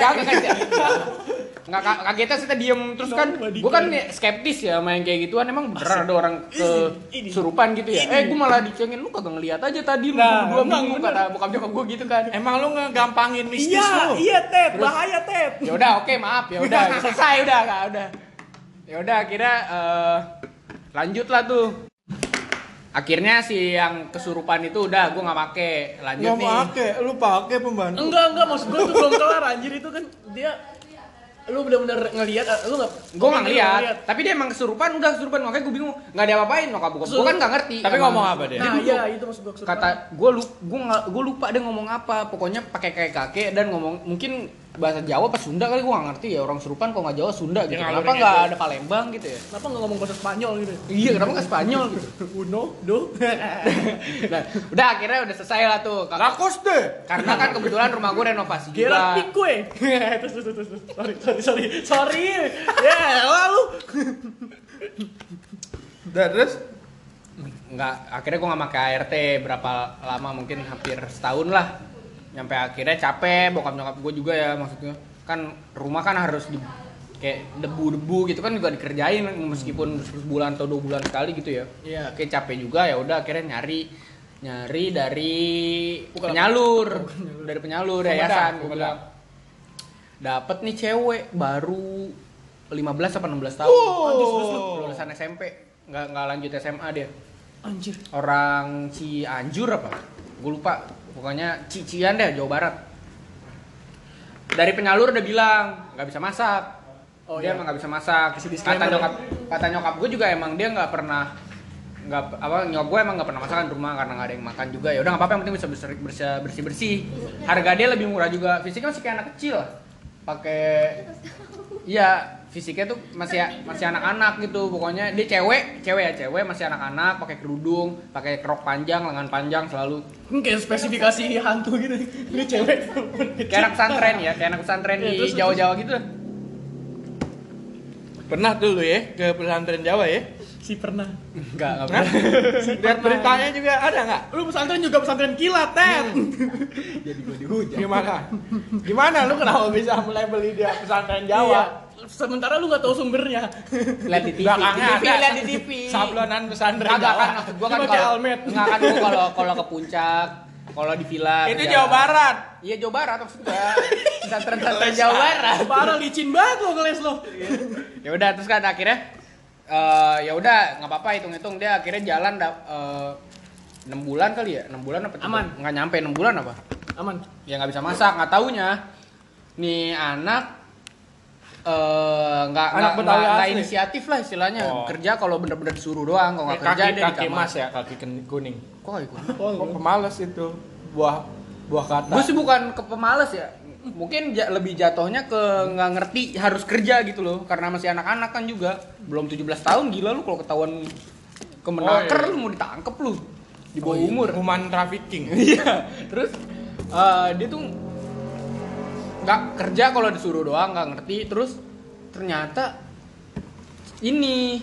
nggak kagetnya sih diem terus kan. Gua kan skeptis ya main kayak gituan. Emang beneran ada orang Ini. kesurupan gitu ya? Gua malah dicengin, lu kagak ngeliat aja tadi lu Nah, berdua emang bingung bener. kata bokap nyokap gua gitu kan. Emang lu ngegampangin mistis lu? Iya, Ted. Bahaya, Ted. Ya udah, oke, maaf, ya udah selesai udah. Ya udah akhirnya lanjut lah tuh. Akhirnya si yang kesurupan itu udah gue nggak pakai, lanjut Nggak nih. pakai, lu pakai pembantu. Enggak, maksud gua tuh belum kelar anjir itu kan dia lu bener-bener ngelihat lu enggak Gue nggak ngeliat, tapi dia emang kesurupan, makanya gue bingung, nggak ada apa-apain nyokap bokap. Gue kan nggak ngerti. Tapi emang. ngomong apa dia? Nah, iya itu maksud gua kesurupan. Kata gue lupa dia ngomong apa, pokoknya pakai kayak kakek dan ngomong mungkin bahasa Jawa apa Sunda kali, gue nggak ngerti ya, orang Serupan kalau nggak Jawa Sunda gitu. Ya, Kenapa nggak ada Palembang gitu ya? Kenapa nggak ngomong bahasa Spanyol gitu? Iya, kenapa nggak Spanyol gitu? Uno, do. Nah, udah akhirnya udah selesai lah tuh. Lakos deh. Karena kan kebetulan rumah gue renovasi juga. Gerard Pique. Terus. Sorry. Ya, lalu. Udah terus Nggak, akhirnya gue nggak pakai ART berapa lama, mungkin hampir setahun lah. Nyampe akhirnya capek, bokap nyokap gue juga ya, maksudnya kan rumah kan harus kayak debu-debu gitu kan juga dikerjain meskipun sebulan atau 2 bulan sekali gitu ya. Iya. Kayak capek juga, ya udah akhirnya nyari dari penyalur, dari penyalur yayasan. Gue bilang dapet nih cewek baru 15 apa 16 tahun. Lulusan SMP, nggak lanjut SMA dia. Anjir. Orang Cianjur apa? Gue lupa. Pokoknya Cician deh, Jawa Barat. Dari penyalur udah bilang nggak bisa masak. Oh, Dia iya. emang nggak bisa masak. Kata nyokap gue juga emang dia nggak pernah nyokap gue emang nggak pernah masakan di rumah karena nggak ada yang makan juga. Ya udah nggak apa-apa, yang penting bisa bersih. Harga dia lebih murah juga. Fisiknya masih kayak anak kecil lah. Fisiknya tuh masih anak-anak gitu. Pokoknya dia cewek masih anak-anak, pakai kerudung, pakai rok panjang, lengan panjang selalu. Ini kayak spesifikasi hantu gitu. Ini cewek. Kayak anak pesantren Ya, di terus. Jawa-Jawa gitu. pernah dulu ya ke pesantren Jawa ya? Si pernah. Enggak Hah? Lihat beritanya juga ada nggak? Lu pesantren juga pesantren kilat, Ted. Jadi gue dihujat. Gimana lu kenapa bisa melabeli dia pesantren Jawa? Iya. Sementara lu nggak tahu sumbernya. Lihat di TV. Belakangnya ada. Lihat di TV. Sablonan pesantren Kagak Jawa. kan, maksud gua kan Pakai kalau helmet. enggak kan gua kalau ke puncak, kalau di villa. Itu berjalan. Jawa Barat. Iya, Jawa Barat maksud gua. Pesantren Jawa Barat. Parah licin banget lo ngeles lo. Ya udah, terus kan akhirnya ya udah nggak apa-apa, hitung-hitung dia akhirnya jalan 6 bulan kali ya, 6 bulan apa? Aman. Nggak nyampe 6 bulan apa? Aman. Ya nggak bisa masak, nggak taunya nih anak nggak inisiatif lah istilahnya. Oh. Kerja kalau bener-bener disuruh doang, kalau nggak kerja dia di kaki kamar. mas ya, kaki kuning. Kok kayak gitu? Oh, pemalas itu. Buah kata. Gue sih bukan ke pemalas ya, mungkin lebih jatuhnya ke nggak ngerti harus kerja gitu loh, karena masih anak-anak kan juga, belum 17 tahun, gila lu kalau ketahuan kemenaker Oh, iya. lu mau ditangkep lu di bawah umur. Human trafficking. Iya, terus dia tuh nggak kerja kalau disuruh doang, nggak ngerti. Terus ternyata ini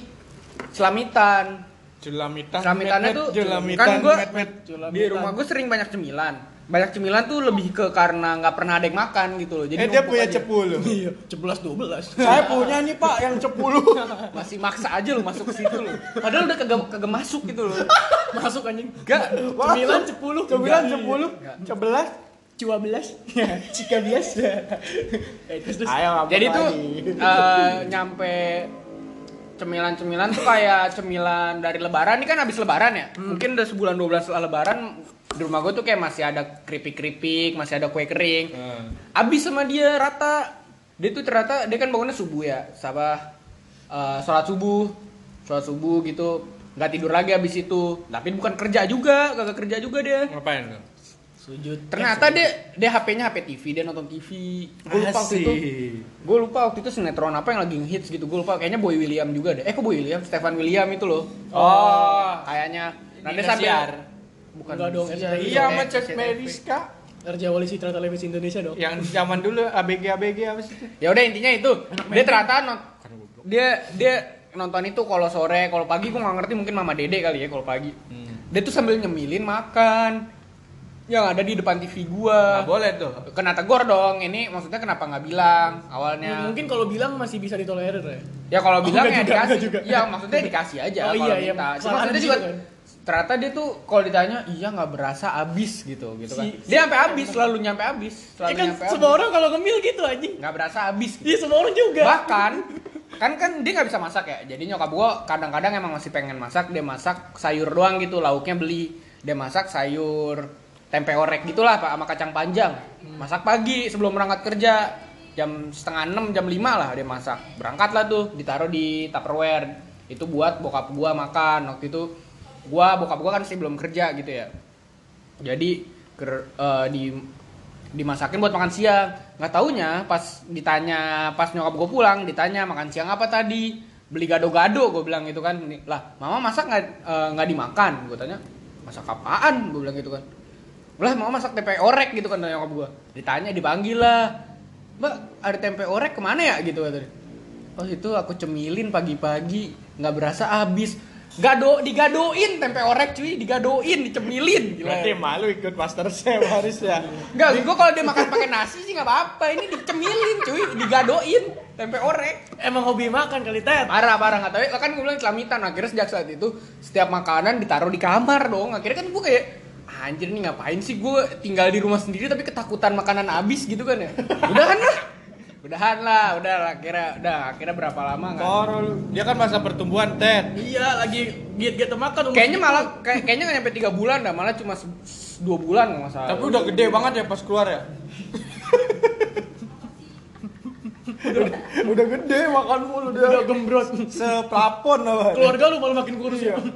selamitannya tuh kan gue di rumah gue sering banyak cemilan tuh lebih ke karena nggak pernah ada yang makan gitu loh, jadi Dia numpuk punya aja. 10. Iya, 11 12. Saya punya nih Pak yang 10. Masih maksa aja lu masuk ke situ loh, padahal udah kagak masuk gitu loh. Masuk anjing. Enggak, Cemilan 10. 11. 12. Ya, 13. Terus. Ayo ngapa jadi tuh lagi? nyampe cemilan tuh kayak cemilan dari lebaran. Ini kan habis lebaran ya, mungkin udah sebulan 2 bulan setelah lebaran. Di rumah gue tuh kayak masih ada keripik, masih ada kue kering. Abis sama dia rata. Dia tuh ternyata dia kan bangunnya subuh ya, sholat subuh gitu, nggak tidur lagi abis itu. Tapi bukan kagak kerja juga dia. Ngapain tuh? Sujud. Ternyata dia HP-nya HP TV, dia nonton TV. Gue lupa waktu itu sinetron apa yang lagi ngehits gitu. Gue lupa, kayaknya Boy William juga deh. Kok Boy William? Stefan William itu loh. Oh, Kayaknya. Nah, dia Indosiar. Bukan. Enggak dong, Indosiar. RCTI. Iya, sama Cek RCTI. Meriska. RJ Wali Citra Televisi Indonesia dong. Yang zaman dulu ABG apa sih itu? Ya udah, intinya itu. Dia ternyata dia nonton itu kalau sore, kalau pagi gue nggak ngerti, mungkin Mama Dede kali ya kalau pagi. Dia tuh sambil nyemilin makan. Yang ada di depan TV gua. Nggak boleh tuh. Kena tegur dong. Ini maksudnya kenapa nggak bilang awalnya? Mungkin kalau bilang masih bisa ditolerir ya. Ya kalau bilang ya enggak juga, dikasih. enggak juga. Ya maksudnya dikasih aja Oh, kalau iya, iya. minta. Cuma Kesalahan maksudnya di juga situ kan. ternyata dia tuh kalau ditanya iya nggak berasa abis gitu kan. Dia sampai abis, selalu nyampe abis. Ya Selalu kan nyampe semua orang kalau ngemil gitu anjing. nggak berasa abis. Gitu. Iya semua orang juga. Bahkan kan dia nggak bisa masak ya. Jadi nyokap gua kadang-kadang emang masih pengen masak, dia masak sayur doang gitu, lauknya beli. Dia masak sayur tempe orek gitulah Pak, sama kacang panjang. Masak pagi sebelum berangkat kerja. Jam 5:30, jam 5 lah dia masak. Berangkat lah tuh, ditaruh di Tupperware. Itu buat bokap gua makan. Waktu itu bokap gua kan sih belum kerja gitu ya. Jadi dimasakin buat makan siang. Nggak taunya pas nyokap gue pulang ditanya makan siang apa tadi, beli gado-gado, gue bilang gitu kan. Lah mama masak nggak dimakan, gue tanya masak apaan, gue bilang gitu kan. Lah mama masak tempe orek gitu kan nyokap gue. Ditanya dipanggil lah, mbak ada tempe orek kemana ya gitu katanya. Oh itu aku cemilin pagi-pagi, nggak berasa habis. Digadoin tempe orek cuy, dicemilin. Gila. Berarti malu ikut Master Chef harusnya. Enggak, gue kalau dia makan pakai nasi sih nggak apa-apa. Ini dicemilin cuy, digadoin tempe orek. Emang hobi makan kali Ted. Parah nggak tahu. Kan gue bilang celamitan. Akhirnya sejak saat itu setiap makanan ditaruh di kamar dong. Akhirnya kan gue kayak anjir nih ngapain sih gue tinggal di rumah sendiri tapi ketakutan makanan habis gitu kan ya. Udahan lah, akhirnya berapa lama nggak? Dia kan masa pertumbuhan, Ted. Iya, lagi giat-giat makan. Kayaknya nggak nyampe 3 bulan dah, malah cuma 2 bulan nggak masalah. Tapi udah gede banget ya pas keluar ya. udah gede makan mulu dia. Udah gembrot. Seplafon apa. Keluarga lu malah makin kurus ya.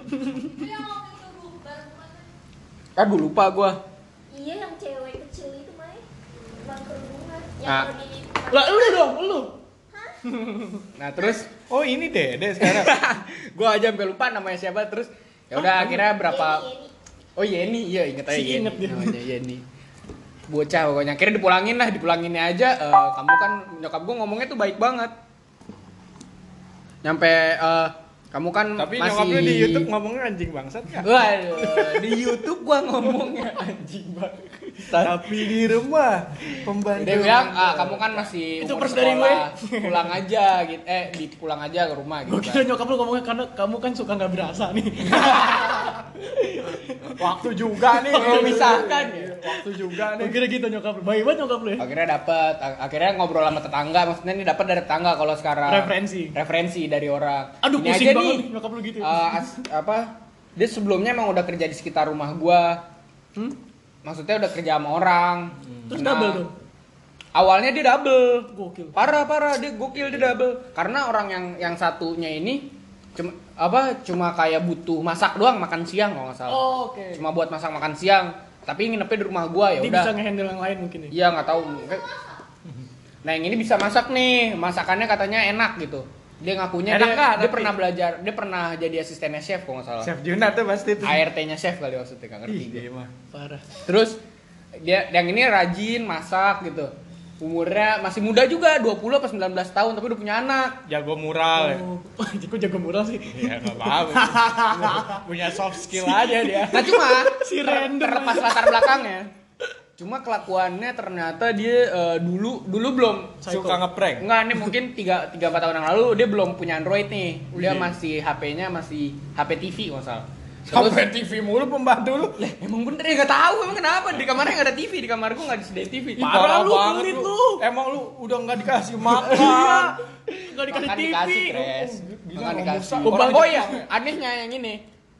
Gue lupa gue. Iya yang cewek kecil itu Mai. Bang kerudungan. Ah. Yang lebih Lah lu. Nah terus, Oh ini Dede sekarang. gue aja sampai lupa namanya siapa. Terus ya udah akhirnya berapa? Yeni. Oh Yeni, iya inget aja Si Yeni. inget dia. Namanya Yeni. Bocah pokoknya. Akhirnya dipulanginnya aja. Kamu kan nyokap gue ngomongnya tuh baik banget. Nyampe kamu kan Tapi masih... nyokapnya di YouTube ngomongnya anjing bangsat kan? Waduh, di YouTube gua ngomongnya anjing banget. Tapi di rumah pembantu. Dia bilang, kamu kan masih Itu umur pers dari sekolah, pulang aja gitu. Pulang aja ke rumah gitu. Gue kira nyokap lu ngomongnya karena kamu kan suka nggak berasa nih. Waktu juga nih. Memisahkan ya. Waktu juga nih. Gue kira gitu nyokap lu. Baik banget nyokap lu ya. Akhirnya ngobrol sama tetangga, maksudnya ini dapat dari tetangga kalau sekarang. Referensi dari orang. Aduh Ini pusing aja banget nih, nih nyokap lu gitu. dia sebelumnya emang udah kerja di sekitar rumah gua. Maksudnya udah kerja sama orang. Terus Nah, double tuh. Awalnya dia double. Gokil. Parah dia gokil dia double. Karena orang yang satunya ini cuma kayak butuh masak doang makan siang kalau nggak salah. Oh, oke. Cuma buat makan siang. Tapi nginepnya di rumah gua ya Dia udah. bisa ngehandle yang lain mungkin ya. Iya nggak tahu. Nah yang ini bisa masak nih. Masakannya katanya enak gitu. Dia ngakunya dia pernah belajar, dia pernah jadi asistennya chef kalau nggak salah. Chef Junat tuh pasti tuh. ART-nya chef kali maksudnya nggak ngerti. Iya mah. Parah. Terus dia yang ini rajin masak gitu. Umurnya masih muda juga, 20 apa 19 tahun tapi udah punya anak. Jago mural ya. Oh, kok jago mural sih? Iya enggak apa-apa. Punya soft skill aja dia. Nah cuma Si random terlepas latar belakangnya. Cuma kelakuannya ternyata dia dulu belum Suka ngeprank. Enggak, ini mungkin 3-4 tahun yang lalu dia belum punya Android nih. Dia masih HP-nya masih HP TV nggak salah. Sampai TV mulu pembantu lu. Emang bener ya nggak tahu emang kenapa di kamarnya nggak ada TV, di kamar gua nggak disediain TV. Parah lu, banget pelit lu. lu. Emang lu udah enggak dikasih makan. Enggak dikasih Makan TV. dikasih, Kres. Gila, Makan ngomong dikasih. sama. Oh iya, anehnya yang ini.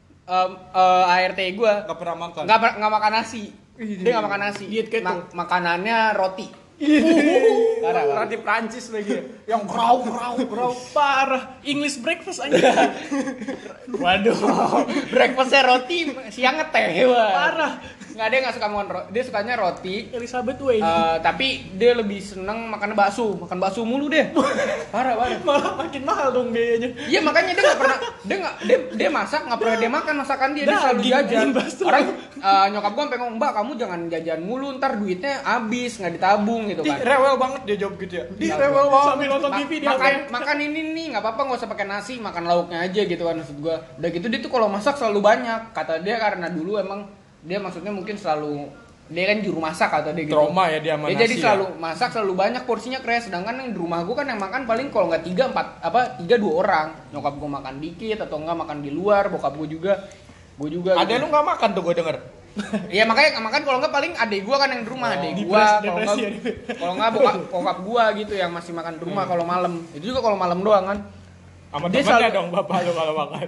ART gua Enggak pernah makan. nggak makan nasi. Dia nggak makan nasi. Diet keto. Makanannya roti. Parah. Roti Prancis lagi. Yang krau. Parah. English breakfast aja. Waduh. Breakfastnya roti, siangnya teh. Wah. Parah. Nggak, dia nggak suka makan roti. Dia sukanya roti. Elizabeth Way. Tapi dia lebih seneng makan bakso. Makan bakso mulu deh. Parah. Malah makin mahal dong biayanya. Iya makanya dia nggak pernah dia masak nggak pernah dia makan masakan dia selalu Daging, jajan. bakso. Orang nyokap gua sampai ngomong, "Mbak, kamu jangan jajan mulu, ntar duitnya habis nggak ditabung gitu kan." Rewel banget dia jawab gitu ya. Rewel banget. Sambil nonton TV di Makan ini nih nggak apa-apa, nggak usah pakai nasi, makan lauknya aja gitu kan maksud gua. Udah gitu dia tuh kalau masak selalu banyak. Kata dia karena dulu emang dia maksudnya mungkin selalu dia kan juru masak atau dia gitu. Trauma ya dia sama Dia nasi jadi ya. selalu masak selalu banyak porsinya Kres. Sedangkan yang di rumah gua kan yang makan paling kalau nggak 3-2 orang. Nyokap gua makan dikit atau enggak makan di luar, bokap gua juga. Gua juga. Ada gitu. lu enggak makan tuh gua denger. Iya makanya makan kalau nggak paling adik gua kan yang di rumah, adik gua kalau nggak bokap gua gitu yang masih makan di rumah kalau malam. Itu juga kalau malam doang kan. Sama Dia temennya selalu- dong bapak lu kalau makan.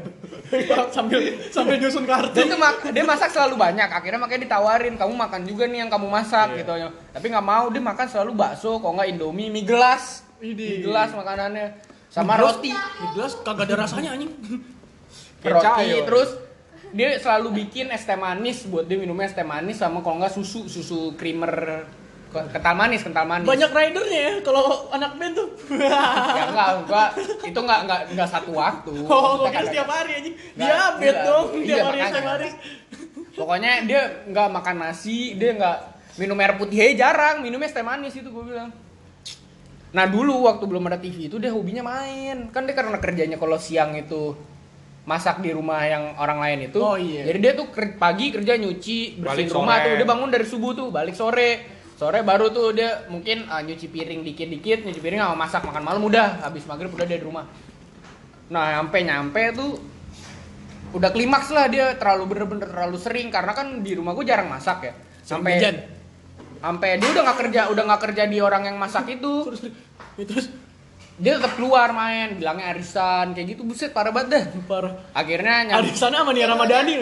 sambil nyusun kartu. Dia masak selalu banyak, akhirnya makanya ditawarin, kamu makan juga nih yang kamu masak gitu. Tapi nggak mau, dia makan selalu bakso, kalau nggak Indomie, mie gelas, makanannya, sama roti, Di gelas kagak ada rasanya anjing. roti, Cayo. terus dia selalu bikin es teh manis buat dia minumnya es teh manis sama kalau nggak susu creamer Kental manis. Banyak ridernya ya kalau anak band tuh. Ya enggak, itu enggak satu waktu. Oh, gua kira setiap hari anjing. Diabetes dong, Iya, tiap hari makanya. setiap hari. Pokoknya dia enggak makan nasi, dia enggak minum air putih, jarang, minumnya es teh manis itu gue bilang. Nah dulu waktu belum ada TV itu dia hobinya main. Kan dia karena kerjanya kalau siang itu masak di rumah yang orang lain itu. Oh, iya. Jadi dia tuh pagi kerja nyuci, bersihin Balik rumah sore. tuh. Dia bangun dari subuh tuh, balik sore. Sore baru tuh dia mungkin nyuci piring dikit-dikit, nyuci piring sama masak makan malam udah. Habis maghrib udah dia di rumah. Nah, nyampe tuh udah klimaks lah dia bener-bener terlalu sering karena kan di rumah gue jarang masak ya. Sampai dia udah nggak kerja di orang yang masak itu. Terus Dia tetap keluar main, bilangnya arisan kayak gitu, buset parah banget dah. parah. Akhirnya Ada sana sama Nia Ramadhani.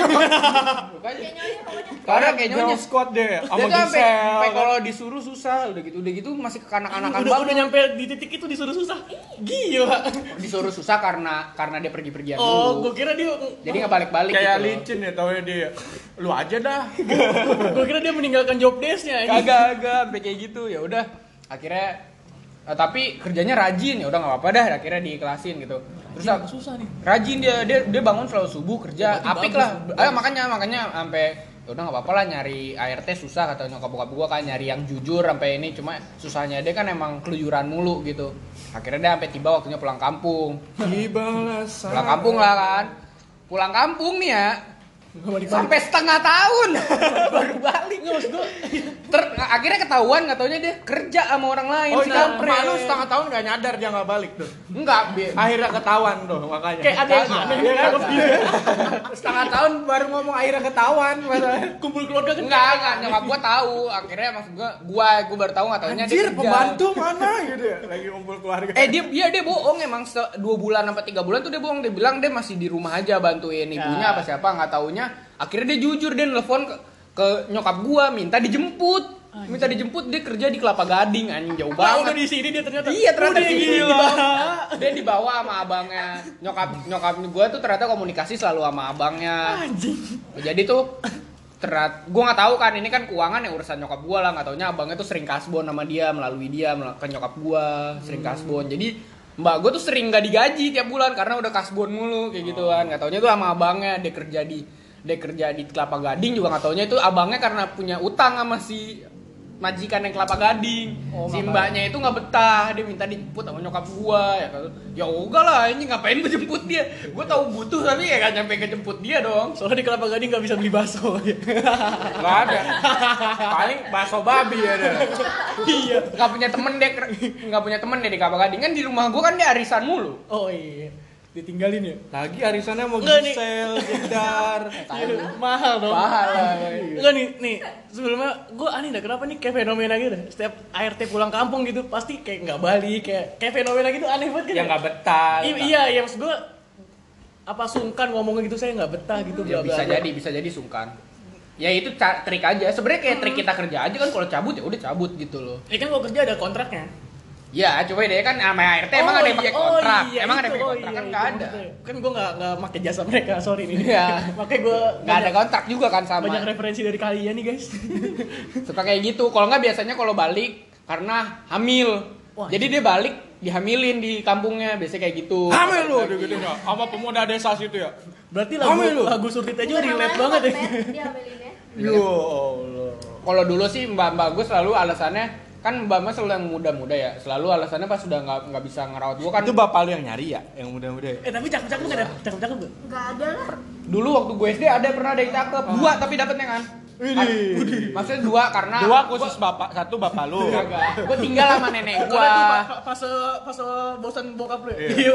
karena kayak nyonya squad deh dia sama tuh sampai Gisel. kalau disuruh susah, udah gitu masih kekanak-kanakan Udah banget. nyampe di titik itu disuruh susah. Gila. Disuruh susah karena dia pergi-pergian Oh, dulu. gua kira dia Jadi nggak balik-balik Kayak gitu loh. licin ya taunya dia. Lu aja dah. gua kira dia meninggalkan job desk-nya anjing. Kagak sampai kayak gitu. Ya udah akhirnya tapi kerjanya rajin, ya udah nggak apa-apa dah, akhirnya diiklasin gitu. Terus Susah nih. rajin dia bangun selalu subuh kerja, Berarti apik bagus. lah. Makanya sampai ya udah nggak apa-apa lah, nyari ART susah kata nyokap bokap gua kan, nyari yang jujur sampai ini, cuma susahnya dia kan emang keluyuran mulu gitu. Akhirnya dia sampai tiba waktunya pulang kampung. Pulang kampung lah kan. Pulang kampung nih ya. Sampai setengah tahun baru balik. Akhirnya ketahuan nggak taunya dia kerja sama orang lain. Oh si iya, kampret. malu setengah tahun gak nyadar dia gak balik tuh. Enggak, Akhirnya ketahuan tuh makanya. Kayak ada yang aneh Kagak. kan. setengah tahun baru ngomong akhirnya ketahuan. Kumpul keluarga kan. Enggak, nyokap gua tahu. Akhirnya maksud gua baru tahu nggak taunya dia Anjir, kerja. pembantu mana gitu ya? Lagi kumpul keluarga. Dia bohong emang 2 bulan sampai 3 bulan tuh dia bohong, dia bilang dia masih di rumah aja bantuin ibunya apa siapa nggak taunya. Akhirnya dia jujur, dia nelfon ke nyokap gua minta dijemput. Dia kerja di Kelapa Gading, anjing jauh Wah, banget. udah di sini dia ternyata. Iya, ternyata Udah di sini gila. dia dibawa sama abangnya. Nyokap gua tuh ternyata komunikasi selalu sama abangnya. Anjing. Jadi tuh gue nggak tahu kan, ini kan keuangan yang urusan nyokap gue lah, nggak taunya abangnya tuh sering kasbon sama dia, melalui dia ke nyokap gue sering kasbon. Jadi mbak gue tuh sering nggak digaji tiap bulan karena udah kasbon mulu kayak gitu kan. Nggak taunya tuh sama abangnya dia kerja di Kelapa Gading juga nggak taunya itu abangnya karena punya utang sama si majikan yang Kelapa Gading. Si mbaknya itu nggak betah, dia minta dijemput sama nyokap gua ya. Ya enggak lah, ini ngapain gua jemput dia? Gua tahu butuh tapi ya gak nyampe ke jemput dia dong. Soalnya di Kelapa Gading nggak bisa beli bakso. Gak ada. Paling bakso babi ada. Iya. Nggak punya temen deh di Kelapa Gading, kan di rumah gua kan dia arisan mulu. Oh iya. Ditinggalin ya. Lagi arisannya mau Nggak, nih. Gisel, Jedar. Iya, mahal dong. Pahala. Enggak nih sebelumnya gue aneh dah kenapa nih kayak fenomena gitu dah. Setiap ART pulang kampung gitu pasti kayak nggak balik, kayak fenomena gitu aneh banget kan. Yang gak betah. Iya, yang maksud gue apa sungkan ngomongnya gitu, saya nggak betah gitu Ya bla, bla, bisa jadi sungkan. Ya itu trik aja. Sebenarnya kayak trik kita kerja aja kan, kalau cabut ya udah cabut gitu loh. Ya kan kalau kerja ada kontraknya. Ya, coba deh kan sama ART emang ada yang pakai kontrak. Emang ada yang pakai kontrak kan enggak ada. Kan gue nggak pakai jasa mereka, sorry nih. Iya. Makanya gue Enggak ada kontrak juga kan sama. banyak referensi dari kalian nih guys. Suka kayak gitu. Kalau nggak biasanya kalau balik karena hamil. Wah, jadi dia balik dihamilin di kampungnya, biasanya kayak gitu. Hamil lu gitu ya. Sama pemuda desa situ ya. Berarti Hamil lu. lagu surtit aja relate banget ya. Dia amelinnya. Ya Allah. Kalau dulu sih mbak gue selalu alasannya kan mbak selalu yang muda-muda ya, selalu alasannya pas sudah nggak bisa ngerawat gue kan. Itu bapak lu yang nyari ya, yang muda-muda ya? Tapi cakep-cakep nggak ada? Cakep-cakep nggak? Enggak ada lah. Dulu waktu gue SD pernah ada yang cakep, 2 tapi dapetnya kan. Maksudnya 2 karena 2 khusus bapak, 1 bapak lu. gue tinggal sama nenek gue. Fase bosan bokap lu ya? Iya.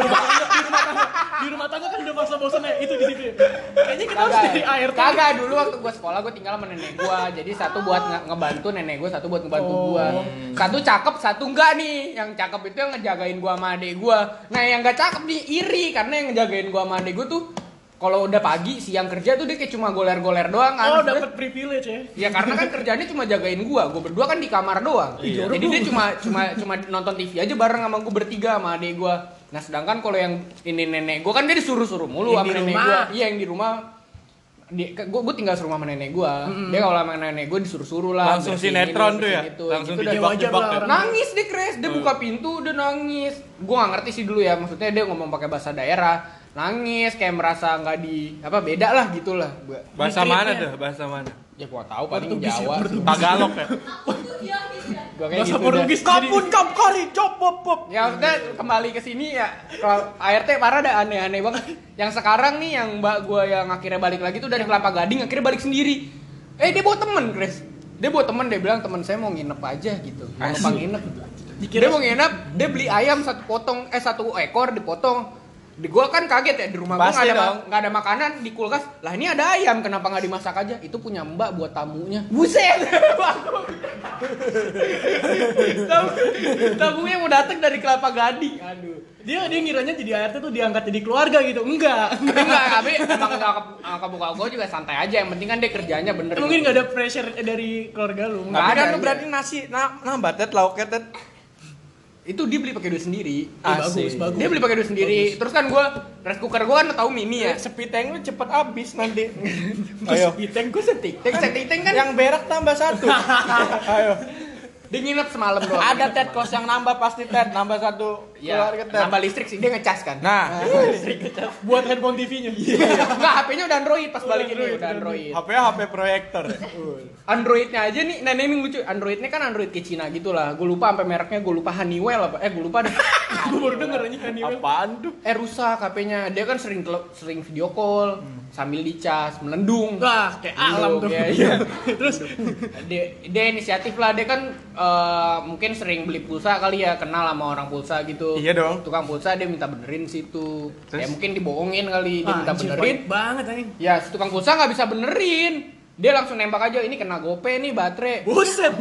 Di rumah tangga kan udah fase bosan ya, itu di situ ya? Kayaknya kita harus dari ART. Kagak, dulu waktu gue sekolah gue tinggal sama nenek gue. Jadi 1 buat ngebantu nenek gue, 1 buat ngebantu gue. 1 cakep, 1 enggak nih. Yang cakep itu yang ngejagain gue sama adek gue. Nah yang enggak cakep nih iri, karena yang ngejagain gue sama adek gue tuh kalau udah pagi, siang kerja tuh dia kayak cuma goler-goler doang kan. Oh, dapat privilege ya? Ya karena kan kerjanya cuma jagain gue berdua kan di kamar doang. Iya. Jadi dia cuma nonton TV aja bareng sama gue bertiga sama adek gue. Nah sedangkan kalau yang ini nenek gue kan dia disuruh-suruh mulu Yang sama di nenek rumah. gue. Iya yang di rumah. gue tinggal serumah sama nenek gue. Dia kalau sama nenek gue disuruh-suruh lah. Langsung sinetron tuh ya. Langsung dijebak-jebak ya. Nangis dia Kres, dia buka pintu udah nangis. Gue nggak ngerti sih dulu ya, maksudnya dia ngomong pakai bahasa daerah, nangis kayak merasa nggak beda lah gitulah. Bahasa mana tuh? Bahasa mana? Ya gua tahu paling Jawa, Tagalog ya. Gua kayak Bahasa gitu Portugis. Kapun kap kari cop pop. ya udah kembali ke sini ya. Kalau ART parah dah aneh-aneh banget. Yang sekarang nih yang mbak gua yang akhirnya balik lagi tuh dari Kelapa Gading akhirnya balik sendiri. Dia bawa temen, Chris. Dia bawa temen, dia bilang temen saya mau nginep aja gitu. Mau numpang nginep. Dia mau nginep, dia beli ayam satu ekor dipotong. Di gua kan kaget ya, di rumah gua nggak ada makanan di kulkas. Lah ini ada ayam, kenapa nggak dimasak aja? Itu punya mbak buat tamunya. Buset. Tamunya mau datang dari Kelapa Gading. Aduh. Dia ngiranya jadi ART tuh diangkat jadi keluarga gitu. Enggak, tapi emang nggak buka gua juga santai aja. Yang penting kan dia kerjanya bener. Mungkin nggak ada pressure dari keluarga lu. Nggak Tapi ada, kan lu iya. berarti nasi nambah tet lauknya tet. Itu dia beli pakai duit sendiri. Bagus. Dia beli pakai duit sendiri. Terus kan gua rice cooker gua kan tahu mini ya. Sepiteng lu cepet habis nanti. Ayo. Sepiteng gua setiteng kan Yang berak tambah 1. Ayo. dia nginep semalam doang. Ada tet kos yang nambah pasti tet nambah 1 keluarga tet. Nambah listrik sih dia ngecas kan. Nah, Buat handphone TV-nya. Enggak, HP-nya udah Android pas balik ini udah Android. HP-nya HP proyektor. Android-nya aja nih, nah ini lucu. Android-nya kan Android kayak Cina gitu lah. Gue lupa sampai mereknya, gue lupa Honeywell apa. Gue lupa deh. Gue baru denger aja kan ini. Apaan tuh? Rusak HP-nya. Dia kan sering video call sambil dicas, melendung. Wah, kayak alam tuh. Iya. Terus dia inisiatif lah. Dia kan mungkin sering beli pulsa kali ya, kenal sama orang pulsa gitu. Iya dong. Tukang pulsa dia minta benerin situ. Terus? Ya mungkin dibohongin kali, dia minta benerin. Baik banget anjing. Ya, si tukang pulsa nggak bisa benerin. Dia langsung nembak aja, ini kena GoPay nih baterai. Buset.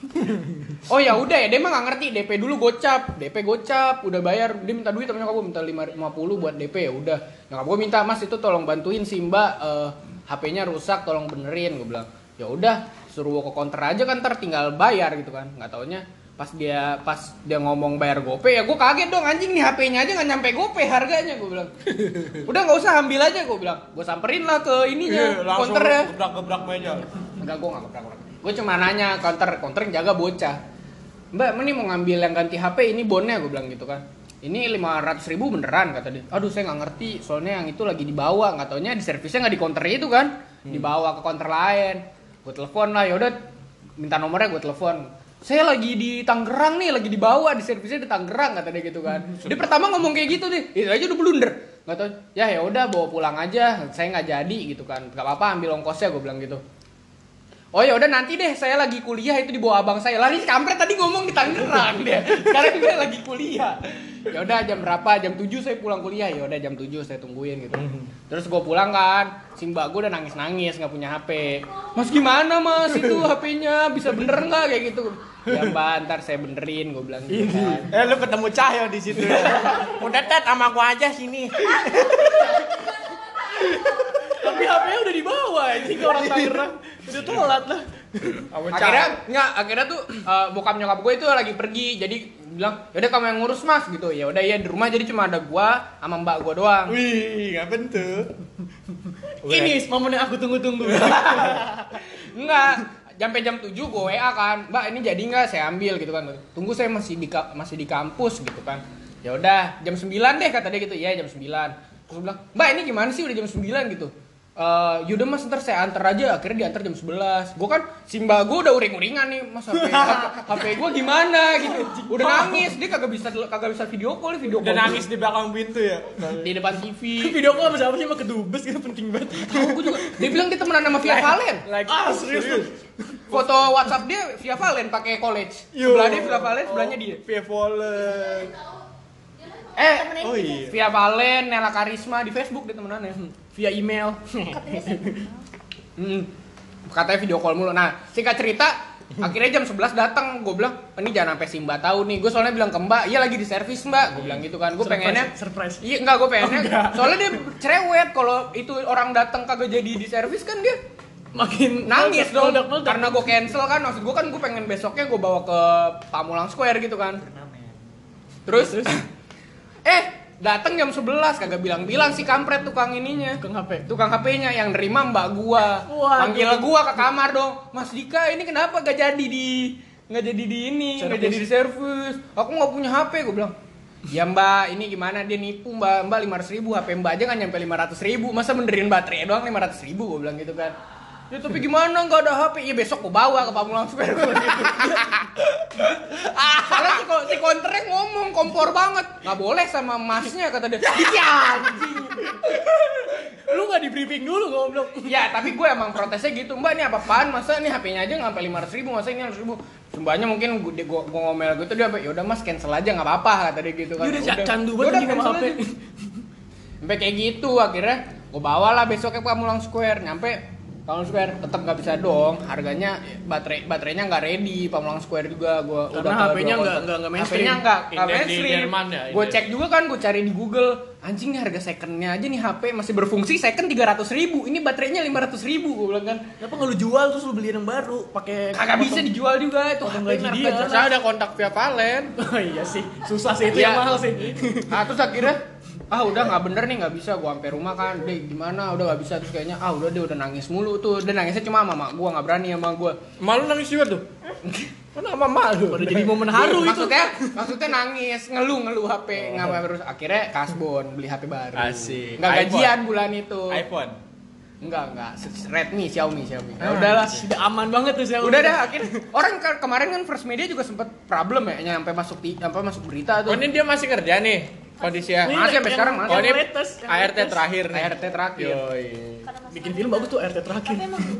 Oh ya udah ya, dia mah nggak ngerti. DP dulu gocap, udah bayar. Dia minta duit, temennya gue minta 550 buat DP ya udah. Nyokap gue minta, Mas itu tolong bantuin si Mbak, HP-nya rusak, tolong benerin. Gue bilang, ya udah, suruh ke counter aja kan, ntar tinggal bayar gitu kan. Nggak taunya pas dia ngomong bayar GoPay ya gue kaget dong, anjing nih HP-nya aja nggak nyampe GoPay harganya. Gue bilang udah nggak usah ambil aja, gue bilang gue samperin lah ke ininya counter ya. Gebrak meja. Enggak, gue nggak gebrak. Gue cuma nanya counter yang jaga bocah, Mbak ini mau ngambil yang ganti HP, ini bonnya, gue bilang gitu kan. Ini 500.000 beneran kata dia. Aduh saya nggak ngerti, soalnya yang itu lagi dibawa, nggak taunya di servisnya nggak di counter itu kan, dibawa ke counter lain. Gue telepon lah, yaudah minta nomornya, gue telepon. Saya lagi di Tangerang nih, lagi dibawa di servisnya di Tangerang kata dia gitu kan. Dia pertama ngomong kayak gitu deh, itu aja udah blunder. Nggak tahu, ya udah bawa pulang aja, saya nggak jadi gitu kan. Gak apa-apa ambil ongkosnya, gue bilang gitu. Oh ya udah nanti deh, saya lagi kuliah itu di bawah abang saya. Lari kampret tadi ngomong di Tangerang dia. Sekarang dia lagi kuliah. Ya udah jam berapa? Jam 7 saya pulang kuliah. Ya udah jam 7 saya tungguin gitu. Terus gue pulang kan, si mbak gue udah nangis-nangis nggak punya HP. Mas gimana Mas itu HP-nya bisa bener nggak kayak gitu? Ya mbak, ntar saya benerin, gue bilang gitu kan. Lu ketemu Cahyo di situ. Udah tet sama gua aja sini. Tapi HP-nya udah dibawa anjing ke orang Tangerang. Udah telat lah. Akhirnya tuh bokap nyokap gue itu lagi pergi, jadi bilang yaudah kamu yang ngurus Mas gitu. Ya udah ya di rumah jadi cuma ada gua sama mbak gua doang. Wih, ngapain tuh? Ini momen yang aku tunggu-tunggu. Enggak, sampai jam 7 gue WA kan, Mbak ini jadi nggak saya ambil gitu kan. Tunggu saya masih di kampus gitu kan. Ya udah jam 9 deh kata dia gitu. Ya jam 9. Terus gue bilang, Mbak ini gimana sih udah jam 9 gitu. Yaudah Mas ntar saya antar aja. Akhirnya diantar jam 11. Gue kan si mbak gue udah uring-uringan nih, Mas HP gue gimana gitu. Udah nangis, dia kagak bisa video call. Udah nangis di belakang pintu ya. Di depan TV. Video call sama siapa sih, sama kedubes gitu, penting banget. Tahu gue juga. Dia bilang dia temenan sama Via Valen. Serius. Foto WhatsApp dia Via Valen pakai college. Yo. Sebelah dia Via Valen, sebelahnya dia. Via Volen. Oh iya. Via Valen, Nela Karisma di Facebook dia temenannya. Via email. Katanya video call mulu. Nah, singkat cerita, akhirnya jam 11 datang. Gue bilang, ini jangan sampai si Mbak tahu nih. Gue soalnya bilang ke Mbak, iya lagi di servis Mbak. Gue bilang gitu kan. Gue pengennya surprise. Iya, enggak, gue pengennya. Soalnya dia cerewet. Kalau itu orang datang kagak jadi di servis kan dia Makin nangis dong. meledak. Karena gue cancel kan. Maksud gue kan gue pengen besoknya gue bawa ke Pamulang Square gitu kan. Terus Datang jam 11 kagak bilang-bilang si kampret tukang ininya. Tukang HP-nya yang nerima mbak gua. Panggil gua ke kamar dong. Mas Dika, ini kenapa gak jadi di ini, nggak jadi di servis. Aku nggak punya HP, gue bilang. Ya mbak, ini gimana, dia nipu mbak 500.000, HP mbak aja nggak nyampe 500.000, masa benerin baterai doang 500.000, gue bilang gitu kan. Ya tapi gimana, nggak ada HP, ya besok gue bawa ke Pamulang Square. Soalnya si konternya ngomong, kompor banget, nggak boleh sama masnya, kata dia. Anjing. Lu nggak di briefing dulu goblok. Ya tapi gue emang protesnya gitu, mbak ini apa-apaan, masa nih HP-nya aja nggak sampai 500.000, masa ini 100.000. Mbaknya mungkin gue ngomel gitu, dia ya udah mas cancel aja nggak apa-apa, kata dia gitu kan. Dia udah candu banget sama HP. Sampai kayak gitu akhirnya gue bawalah besoknya ke Pamulang Square. Nyampe Pamulang Square tetap nggak bisa dong, harganya baterainya nggak ready. Pamulang Square juga gue udah HP-nya nggak mainstream. HP-nya nggak mainstream. Gue cek juga kan, gue cari di Google, anjing nih harga secondnya aja nih HP masih berfungsi second 300.000, ini baterainya 500.000, gue bilang kan. Kenapa nggak lu jual terus lu beli yang baru pakai? Kagak bisa dijual juga itu HP dia. Saya ada kontak via Valen. Oh iya sih, susah sih itu yang mahal sih. Terus akhirnya udah nggak bener nih, nggak bisa. Gua sampai rumah kan, deh gimana, udah nggak bisa. Terus kayaknya udah dia udah nangis mulu tuh. Dia nangisnya cuma sama mak gua, nggak berani sama gua. Malu nangis juga tuh. Kenapa malu? Udah jadi momen haru itu. Maksudnya nangis, ngeluh HP, nggak terus. Akhirnya kasbon beli HP baru. Asik. Nggak gajian bulan itu. iPhone. Enggak. Redmi, Xiaomi. Ya udahlah, sudah aman banget tuh Xiaomi. Udah dah akhirnya. Orang kemarin kan First Media juga sempat problem ya, nyampe masuk berita tuh. Oh, ini dia masih kerja nih kondisinya. Masih sampai sekarang masih. Oh, ini ART terakhir nih. ART terakhir. Bikin film bagus tuh RT terakhir.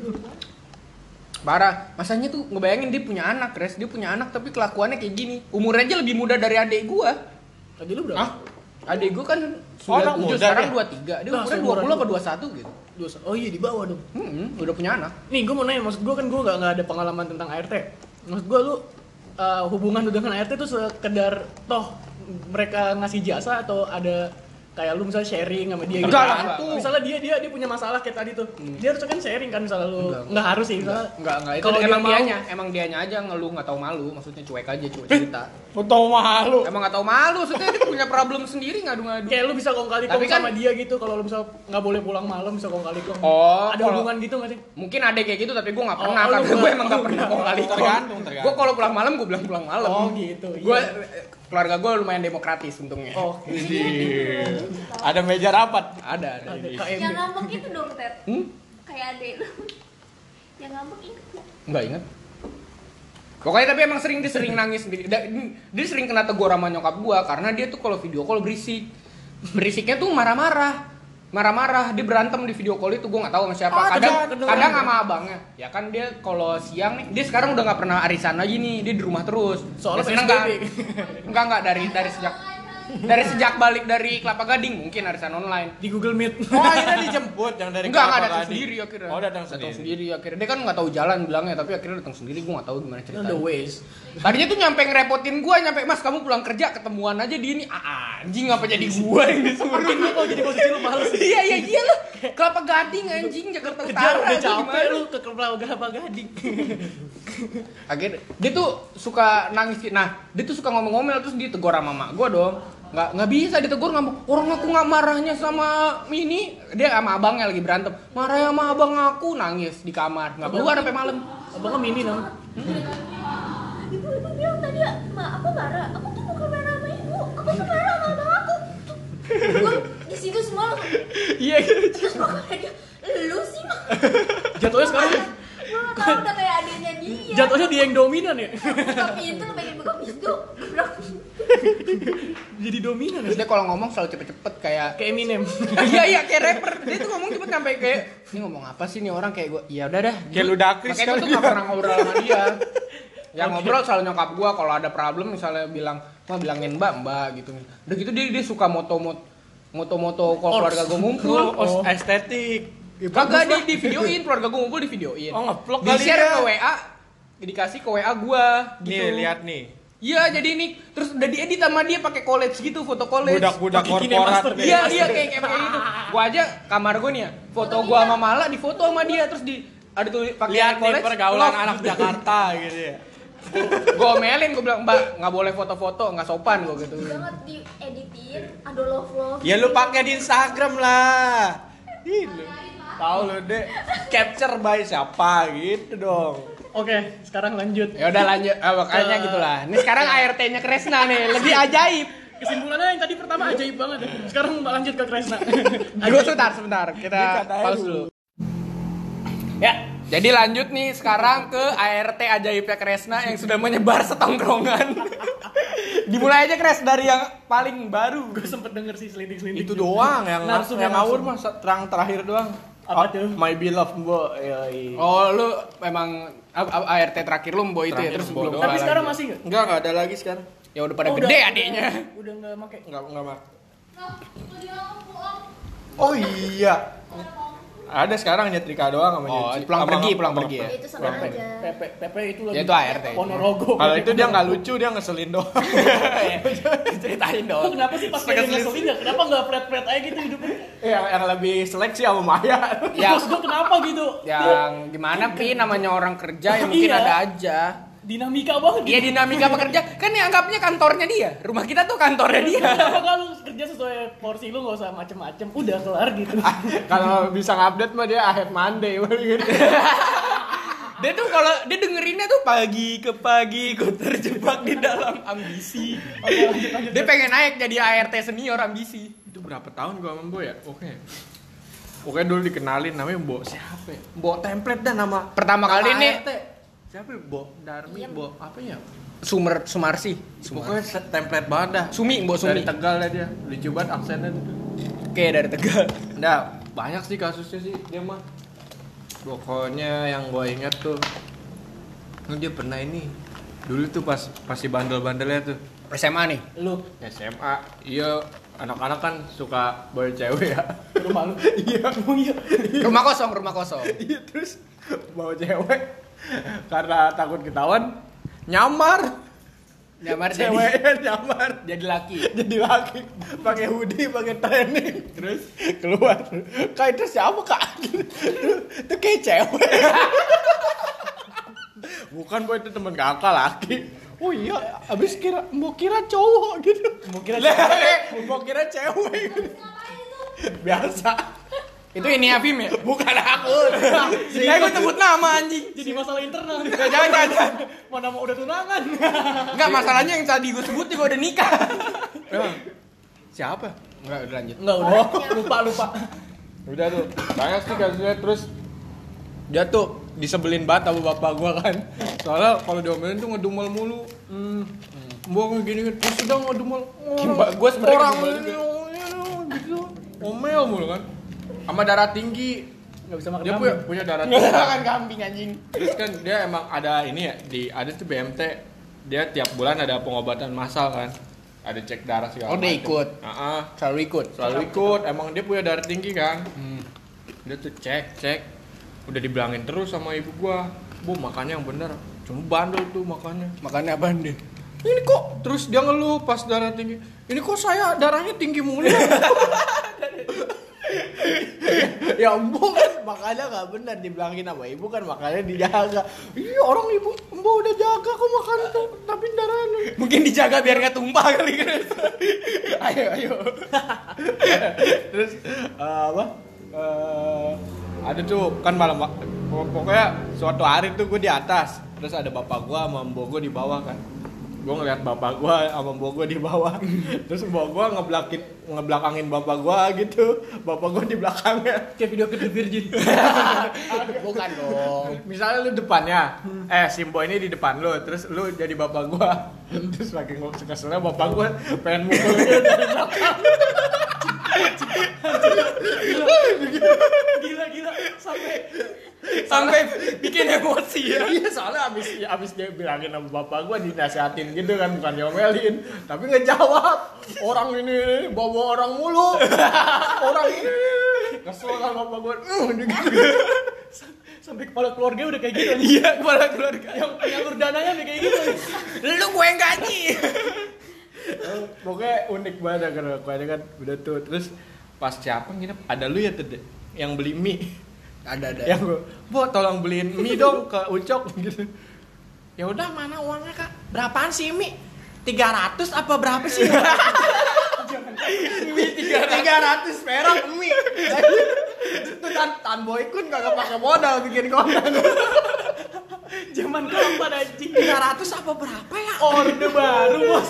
Parah, masanya tuh ngebayangin dia punya anak, Res. Dia punya anak tapi kelakuannya kayak gini. Umurnya aja lebih muda dari adik gua. Tadi lu berapa? Adik gua kan anak 97, muda sekarang dia? 23. Dia umurnya 20 apa 21 gitu. Oh iya di bawah dong. Udah punya anak. Nih gue mau nanya, maksud gue kan gue nggak ada pengalaman tentang ART. Maksud gue lu hubungan lu dengan ART itu sekedar toh mereka ngasih jasa atau ada kayak lu misalnya sharing sama dia gitu. Enggak. Misalnya dia punya masalah kayak tadi tuh. Dia harusnya kan sharing kan, misalnya lu enggak harus sih misalnya. Enggak. Itu kalau emang dianya aja ngeluh, enggak tahu malu, maksudnya cuek aja, cerita. Tahu malu. Emang enggak tahu malu, maksudnya dia punya problem sendiri ngadu-ngadu. Kayak lu bisa kong kali kong Tapi kan- sama dia gitu, kalau lu misal nggak boleh pulang malam bisa kong kali kong. Oh, ada kalau- hubungan gitu nggak sih? Mungkin ada kayak gitu tapi gue nggak pernah lu karena gue nggak- emang nggak pernah kong kali kong. Tergantung. Gue kalau pulang malam gue bilang pulang malam. Oh gitu. Gue Iya. keluarga gue lumayan demokratis untungnya. Oh, Ada meja rapat. Ada. ada Yang KMB. ngambek itu dong, Ted. Kayak adek lu. Yang ngambek inget gak? Nggak inget. Pokoknya tapi emang dia sering nangis sendiri. Dia sering kena tegur sama nyokap gue karena dia tuh kalau video call berisik. Berisiknya tuh marah-marah. Dia berantem di video call itu, gue nggak tahu sama siapa. Kadang sama abangnya. Ya kan dia kalau siang nih, dia sekarang udah nggak pernah arisan lagi nih. Dia di rumah terus. Soalnya Dia seneng PSBB. Enggak dari sejak balik dari Kelapa Gading mungkin arisan online. Di Google Meet. Oh, akhirnya dijemput yang dari Enggak Kelapa datang Gading. sendiri akhirnya. Oh, datang sendiri. Akhirnya. Dia kan nggak tahu jalan bilangnya, tapi akhirnya datang sendiri. Gue nggak tahu gimana ceritanya. The ways. Tadinya tuh nyampe ngerepotin gue, mas kamu pulang kerja ketemuan aja di ini. Anjing apa jadi gue yang disuruh? Oh jadi posisi lu males sih. Iya iyalah. Kelapa Gading anjing Jakarta Utara. Udah aja capek gimana? lu ke Kelapa Gading. Akhirnya dia tuh suka nangis. Nah, dia tuh suka ngomel-ngomel terus ditegur sama mak gue dong. Nggak bisa ditegur, ngomong orang aku nggak marahnya sama ini. Dia sama abangnya lagi berantem, marah sama abang aku, nangis di kamar nggak keluar sampai malam. Abangnya mini dong. Ibu bilang tadi, aku marah. Aku tuh bukan marah sama ibu. Aku tuh marah sama abang aku. Gue di situ semua. Iya. Terus makanya dia, lu sih mah. Jatuhnya sekarang Gue nggak tahu udah kayak adiknya dia. jatuhnya dia yang dominan ya. Buka pintu lu pengen buka pintu. Jadi dominan ya. Terus dia kalau ngomong selalu cepet-cepet kayak Kayak Eminem. iya kayak rapper. Dia tuh ngomong cepet sampai kayak ini ngomong apa sih nih orang kayak gue. Ya udah dah. Kayak Ludacris Makanya kan gue tuh nggak pernah ngobrol sama dia. Yang ngobrol selalu nyokap gue kalau ada problem misalnya bilang, bilangin mbak gitu. Udah gitu dia suka moto-moto kalau keluarga gue ngumpul. Oh, estetik. Kagak di videoin, keluarga gue ngumpul di videoin. Oh, nge-vlog di kali share ya. ke WA, dikasih ke WA gue gitu. Nih, lihat nih. Iya, jadi ini terus udah diedit sama dia pakai college gitu, foto college. Budak-budak Pakai korporat. KineMaster. Iya kayak gitu. Gua aja kamar gue nih ya, foto gua sama Mala difoto sama dia terus ada tuh pakai Lihat nih college, pergaulan love. anak Jakarta gitu ya. Gua omelin, gua bilang, "Mbak, nggak boleh foto-foto, nggak sopan," gua gitu. Banget dieditin Aduh love. Ya lu pakai di Instagram lah. Ih, lu. Tahu lu, Dek. Capture by siapa gitu dong. Oke, sekarang lanjut. Ya udah lanjut. Makanya gitulah. Ini sekarang ART-nya Kresna nih, lebih ajaib. Kesimpulannya yang tadi pertama ajaib banget ya. Sekarang lanjut ke Kresna. Gue sebentar. Kita pause dulu. Ya, jadi lanjut nih sekarang ke ART ajaibnya Kresna yang sudah menyebar setongkrongan. Dimulai aja Kres dari yang paling baru. Gue sempet denger sih selinting-selinting. Itu doang yang ngawur mah terang terakhir doang. Apa tuh? My beloved Mbo. Yoi. Oh, lu memang ART terakhir lu Mbo itu ya, terus belum. Tapi sekarang masih enggak? Enggak ada lagi sekarang. Ya udah pada gede adiknya. Udah enggak make. Enggak mak. Oh iya. Ada sekarang nyetrika doang sama nyuci. Pulang pergi ya. Itu sama aja. Pepe itu lagi. Ya itu ART. Ponorogo. Kalau itu dia nggak lucu, dia ngeselin doang. Ceritain Lu dong. kenapa sih pas pengen ngeselin ya? Kenapa enggak flat-flat aja gitu hidupnya? yang lebih seleksi sama Maya. Ya, Terus gue kenapa gitu? yang gimana Pi namanya orang kerja yang mungkin Iya. ada aja. Dinamika banget. Iya dinamika pekerja kan yang anggapnya kantornya dia. Rumah kita tuh kantornya dia. Kenapa kalau kerja sesuai porsi lu enggak usah macem-macem, udah kelar gitu. Kalau bisa ngupdate mah dia ahead Monday gitu. Dia tuh kalau dia dengerinnya tuh pagi ke pagi gue terjebak di dalam ambisi. Oke, lanjut. Dia pengen naik jadi ART senior ambisi. Itu berapa tahun gua sama Mbo ya? Oke dulu dikenalin namanya Mbo siapa ya? Mbo template dah nama. Pertama kali nih ART. Siapa ya? Mbo Darmi, Mbo apa ya? Sumarsi. Pokoknya template banget dah. Sumi, Mbok Dari Sumi. Tegal lah dia. Lucu banget aksennya tuh. Oke, dari Tegal. Nah, banyak sih kasusnya sih dia mah. Pokoknya yang gue ingat tuh, dia pernah ini. Dulu tuh pas si bandel-bandelnya tuh SMA nih. Lu SMA. Iya, anak-anak kan suka bawa cewek ya. rumah lu. Iya. Oh iya. Rumah kosong. Iya terus bawa cewek karena takut ketahuan nyamar. Nyamar Ceweknya nyamar jadi laki. jadi laki pakai hoodie pakai training terus keluar kak itu siapa kak itu kayak cewek bukan boy itu teman kakak laki oh iya abis mau kira cowok gitu mau kira cewek biasa Itu ini Afim ya? bukan aku Gue sebut nama anjing. Jadi masalah internal. Jangan. Mana mau udah tunangan. Enggak, masalahnya yang tadi gue sebut juga udah nikah. emang siapa Enggak, udah lanjut. Enggak udah. Lupa. udah tuh banyak sih kasusnya terus dia tuh disebelin banget sama bapak gua kan soalnya kalau diomelin tuh ngedumel mulu Mbak gini terus udah ngedumel Gua sebenarnya orang ngedumel ini gitu omel mulu kan sama darah tinggi Enggak bisa makan dia kambing. punya darah tinggi Makan kambing anjing. terus kan dia emang ada ini ya ada tuh BMT dia tiap bulan ada pengobatan massal kan ada cek darah segala Oh, dia macem. ikut. Selalu ikut. Selalu ikut, emang dia punya darah tinggi kan. Dia tuh cek, udah dibilangin terus sama ibu gua, bu makannya yang bener, cuma bandel tuh makannya. Makannya apaan deh? Ini kok, terus dia ngeluh pas darah tinggi, ini kok saya darahnya tinggi mulu. Ya embo kan makanya nggak benar dibilangin sama ibu kan makanya dijaga. Iya orang ibu embo udah jaga kok makan tuh tapi darahnya. Mungkin dijaga biar nggak tumpah kali kan. Ayo. Terus ada tuh kan malam pokoknya suatu hari tuh gue di atas terus ada bapak gue sama mbok gue di bawah kan gue ngeliat bapak gue sama mbok gue di bawah terus mbok gue ngebelakangin bapak gue gitu bapak gue di belakangnya Kayak video ke The Virgin. Bukan dong. misalnya lu depannya si mbok ini di depan lu terus lu jadi bapak gue terus lagi keselnya bapak gue pengen mukul dia dari belakang Gila. Sampai bikin emosi ya. Iya soalnya abis dia bilangin sama bapak gue dinasihatin gitu kan bukan diomelin tapi ngejawab orang ini bawa orang mulu orang ini kesel kan bapak gue gitu. Sampai kepala keluarga udah kayak gitu. Iya, kepala keluarga. Yang penyalur dananya udah kayak gitu. Lu gue yang gaji. Pokoknya unik banget kan udah tuh terus pas siapa nginep ada lu ya tuh deh yang beli mie Ada. yang gue tolong beliin mie dong ke Ucok gitu ya udah mana uangnya kak berapaan sih mie 300 apa berapa sih Mie 300 perak mie. Itu Tan Boy Kun kagak pakai modal bikin konten. Zaman kapan anjing? 300 apa berapa ya? Orde baru bos.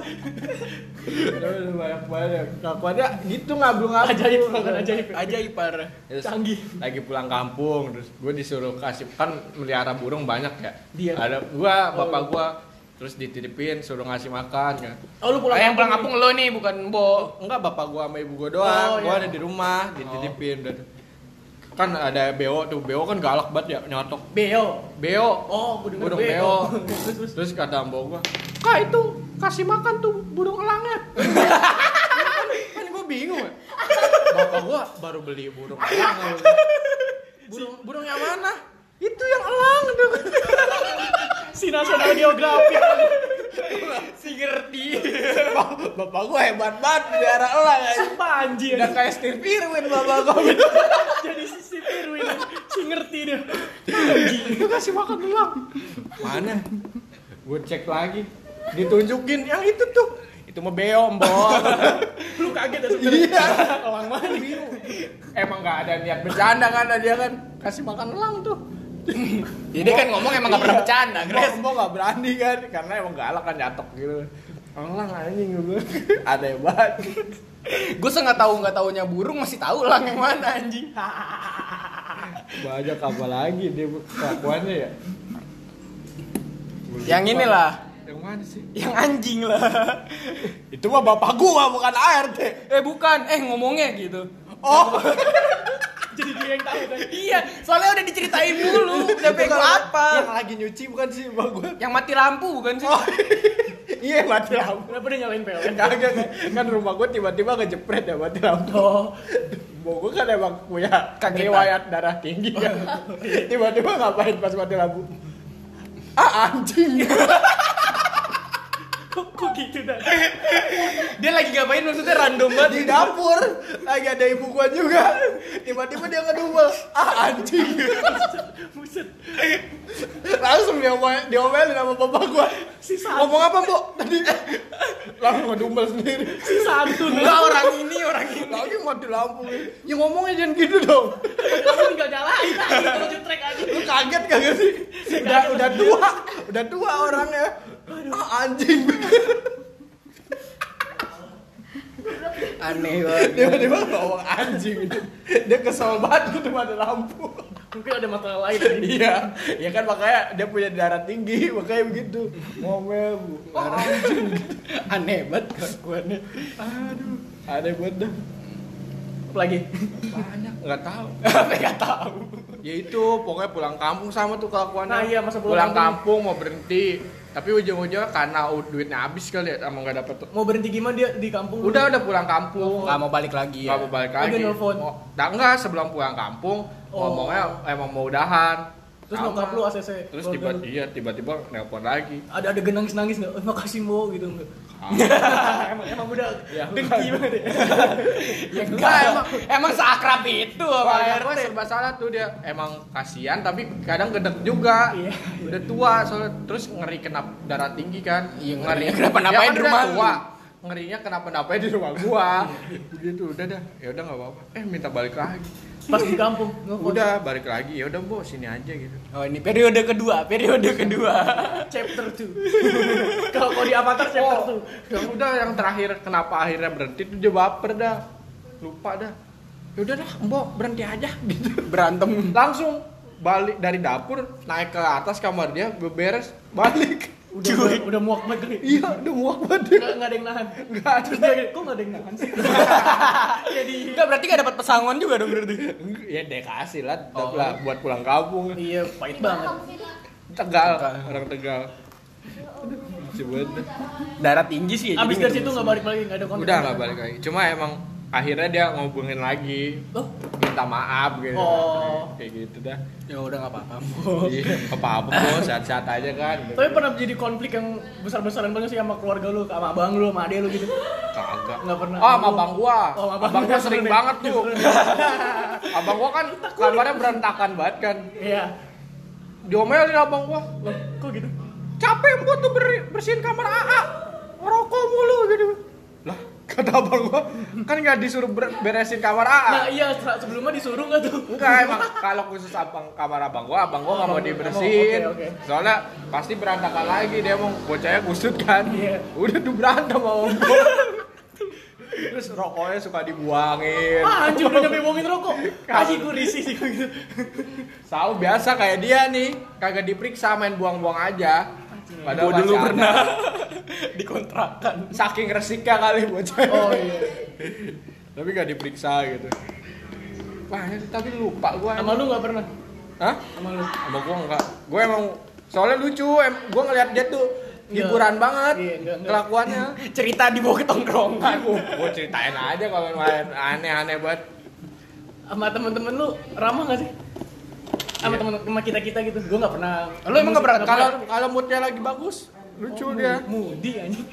Banyak banget. Kelakuannya gitu ngablung-ngablung. Ajaib banget, ajaib. Ajaib parah. Canggih. Lagi pulang kampung, terus gue disuruh kasih, kan melihara burung banyak ya. Dia. Ada bapak gue, terus dititipin suruh ngasih makan kan. Oh lu pulang Yang pulang kampung lo nih bukan Bo. Enggak, bapak gue sama ibu gue doang. Oh, Gue iya. ada di rumah, dititipin. Dan kan ada Beo tuh, Beo kan galak banget ya, nyotok. Beo. Beo. Oh, gue denger Burung Beo. Terus. Terus kata mbok gue, Kak itu kasih makan tuh burung elangnya. Kan gue bingung ya. Bapak gue baru beli burung elang. Burung yang mana? Itu yang elang tuh. Si National Geographic. Si ngerti. Bapak gue hebat banget melihara elang ya. Sumpah anjir. Udah kayak Steve Irwin bapak gue. Jadi si Irwin. Si ngerti dia. Itu kasih makan elang. Mana? Gue cek lagi. Ditunjukin yang itu tuh. Itu mah Beo, mbok. Lu kaget ya sebenernya? Iya. Elang mana? Emang gak ada niat bercanda kan, dia kan kasih makan elang tuh. Jadi kan ngomong emang gak pernah bercanda, Gres. Mbok gak berani kan, karena emang galak kan, nyatok gitu. Elang anjing gue. Ada banget. Gue nggak taunya burung masih tahu lang yang mana anjing. Banyak apa lagi dia kelakuannya ya. Yang inilah, Yang mana sih? yang anjing lah. Itu mah bapak gua bukan ART. Bukan, ngomongnya gitu. Oh, Jadi dia yang tahu kan. Iya, soalnya udah diceritain dulu. Udah bego apa? yang lagi nyuci bukan sih mbak gua? Yang mati lampu bukan sih? Iya mati lampu. Kenapa dia nyalain PLN? Kagak kan rumah gua tiba-tiba kejepret ya mati lampu. Oh. Mbak gua kan emang punya Kagetan. riwayat darah tinggi kan. Tiba-tiba ngapain pas mati lampu? Anjing. Kok gitu dah? Dia lagi ngapain maksudnya random banget Di dapur lagi ada ibu gua juga. Tiba-tiba dia ngedumel. Anjing. Buset. Langsung diomelin sama bapak gua. Si santun. Ngomong apa, Mbok? Tadi langsung ngedumel sendiri. Si santun. Enggak, orang ini Lagi mati lampu. Ya ngomongnya jangan gitu dong. Kamu tinggal nyalain lagi. Kalau jetrek aja. Lu kaget kagak sih? Udah tua orangnya. Anjing. aneh banget. Tiba-tiba ngomong anjing gitu. Dia kesel banget gitu mati lampu. Mungkin ada masalah lain tadi. Iya, ya kan makanya dia punya darah tinggi, makanya begitu. Ngomel, anjing. Aneh banget kelakuannya. Aduh, aneh banget dah. Lagi. Banyak, nggak tahu. Enggak tahu. Ya itu, pokoknya pulang kampung sama tuh kelakuannya. Nah, iya, masa pulang pulang kampung mau berhenti, tapi ujung-ujungnya karena duitnya habis kali ya, sama nggak dapet. Mau berhenti gimana dia di kampung? Udah pulang kampung. Enggak mau balik lagi ya. Nggak mau balik Oh, lagi. dia nelfon. Enggak, sebelum pulang kampung ngomongnya emang mau udahan. Terus Sama. nyokap lu ACC. Terus keluarga lu. tiba-tiba nelpon lagi. Ada nangis enggak? Makasih Mo gitu enggak? emang udah Ya, dengki banget ya. Ya enggak, emang seakrab itu sama Wah, gue RT. serba salah tuh dia. Emang kasihan tapi kadang gedek juga. Iya. Udah tua soalnya, terus ngeri kena darah tinggi kan. Iya, ngeri kenapa-napain Dia kan di udah rumah tua. Ngerinya kenapa-napain di rumah gua. Begitu udah dah. Ya udah enggak apa-apa. Minta balik lagi. Pas di kampung. nelfon. Udah balik lagi. Ya udah, Bu, sini aja gitu. Oh, ini periode kedua. Chapter 2. Kalau di Avatar chapter 2. Yang udah yang terakhir kenapa akhirnya berhenti tuh dia baper dah. Lupa dah. Ya udah dah, Mbok, berhenti aja gitu. Berantem. Langsung balik dari dapur, naik ke atas kamar dia, beberes, balik. Udah muak banget kali. Iya, udah muak banget. Enggak ada yang nahan. Enggak ada. Terus dia gini, kok enggak ada yang nahan sih? Jadi Enggak berarti enggak dapat pesangon juga dong berarti. Ya dikasih lah, buat pulang kampung. iya pahit banget. Tegal, orang Tegal. Coba deh. Darah tinggi sih ya. Abis jadi dari situ enggak balik lagi, enggak ada kontak. Udah nggak balik lagi. Cuma emang akhirnya dia ngubungin lagi, Oh, minta maaf gitu. Oh. Kayak gitu dah. Ya udah enggak apa-apa. Iya, apa-apa kok, sehat-sehat aja kan. tapi pernah jadi konflik yang besar-besaran banget sih sama keluarga lu, sama abang lu, sama adek lu gitu? Kagak. Nggak pernah. Oh, sama abang gua. Oh, sama abang gua sering nih. banget tuh. Abang gua kan kamarnya berantakan banget kan. Iya. Diomelin abang gua. Loh, kok gitu? Capek gua tuh bersihin kamar AA. Ngerokok mulu gitu. Lah, Kata abang gua, kan nggak disuruh beresin kamar AA. Nah iya, sebelumnya disuruh nggak tuh? Enggak, emang kalau khusus kamar abang gua nggak mau dibersihin. Oke. Soalnya pasti berantakan lagi, dia mau bocahnya kusut kan. Iya. Udah tuh berantem sama om gua. Terus rokoknya suka dibuangin. Anjir udah nyampe buangin rokok. Kasih gue risih sih gitu. Tahu biasa kayak dia nih, kagak diperiksa, main buang-buang aja. Padahal Gua dulu masih pernah ada. dikontrakan. Saking resiknya kali bocah. Oh iya. Tapi gak diperiksa gitu. Wah, tapi lupa gua. Sama lu nggak pernah? Hah? Sama lu? Sama gua enggak. Gua emang soalnya lucu, gua ngeliat dia tuh hiburan banget Iya, enggak. kelakuannya. Cerita dibawa ke tongkrongan. Gua ceritain aja kalau main aneh-aneh banget. Sama temen-temen lu ramah nggak sih? Sama temen kita gitu. Gue nggak pernah. Lu emang nggak pernah? Kalau moodnya lagi bagus, lucu dia. Mudi anjing.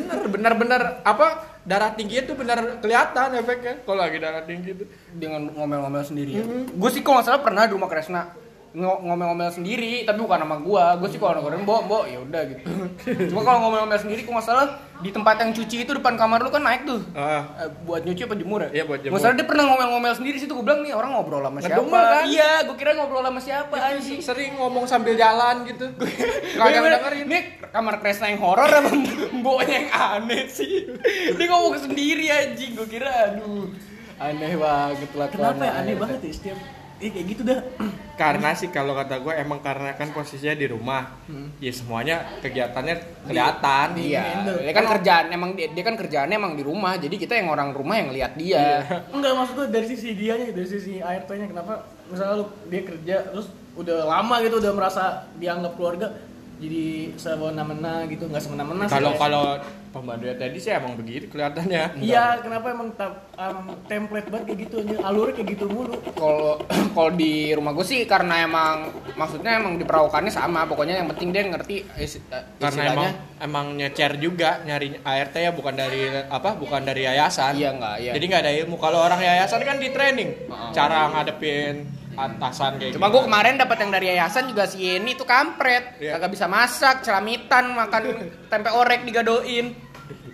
Bener apa darah tingginya tuh bener kelihatan efeknya kalau lagi darah tinggi tuh. Dengan ngomel-ngomel sendiri ya. Gue sih kalau nggak salah pernah di rumah Kresna ngomel-ngomel sendiri, tapi bukan sama gue sih kalau nongkrong mbok ya udah gitu. Cuma kalau ngomel-ngomel sendiri, kalau nggak salah di tempat yang cuci itu depan kamar lu kan naik tuh. Buat nyuci apa jemur ya? Iya buat jemur. Nggak salah dia pernah ngomel-ngomel sendiri situ, gue bilang nih orang ngobrol sama siapa? Ngedumel kan? Iya, gue kira ngobrol sama siapa anjing. Sering ngomong sambil jalan gitu. Kagak dengerin. Ini kamar Kresna yang horor apa mboknya yang aneh sih? Dia ngomong sendiri anjing, gue kira aduh aneh banget lah. Kenapa ya aneh banget ya setiap kayak gitu dah. Karena sih kalau kata gue emang karena kan posisinya di rumah, ya semuanya kegiatannya kelihatan. Iya, dia kan kerjaan emang dia kan kerjaannya emang di rumah, jadi kita yang orang rumah yang lihat dia. Enggak, maksud gue dari sisi dianya, dari sisi ART-nya. Kenapa misalnya lu dia kerja terus udah lama gitu udah merasa dianggap keluarga, jadi semena-mena gitu, nggak semena-mena sih. Kalau pembantunya tadi sih emang begitu kelihatannya. Iya, kenapa emang template banget kayak gitu aja, alurnya kayak gitu mulu. Kalau di rumah gue sih karena emang maksudnya emang diperlakukannya sama, pokoknya yang penting dia ngerti Karena emang nyecer juga nyari ART ya, bukan dari yayasan. Iya enggak, iya. Jadi nggak ada ilmu. Kalau orang yayasan kan di training cara ngadepin atasan kayak Cuma gue kemarin dapat yang dari yayasan juga, si Yeni tuh kampret, kagak bisa masak, celamitan, makan tempe orek digadoin.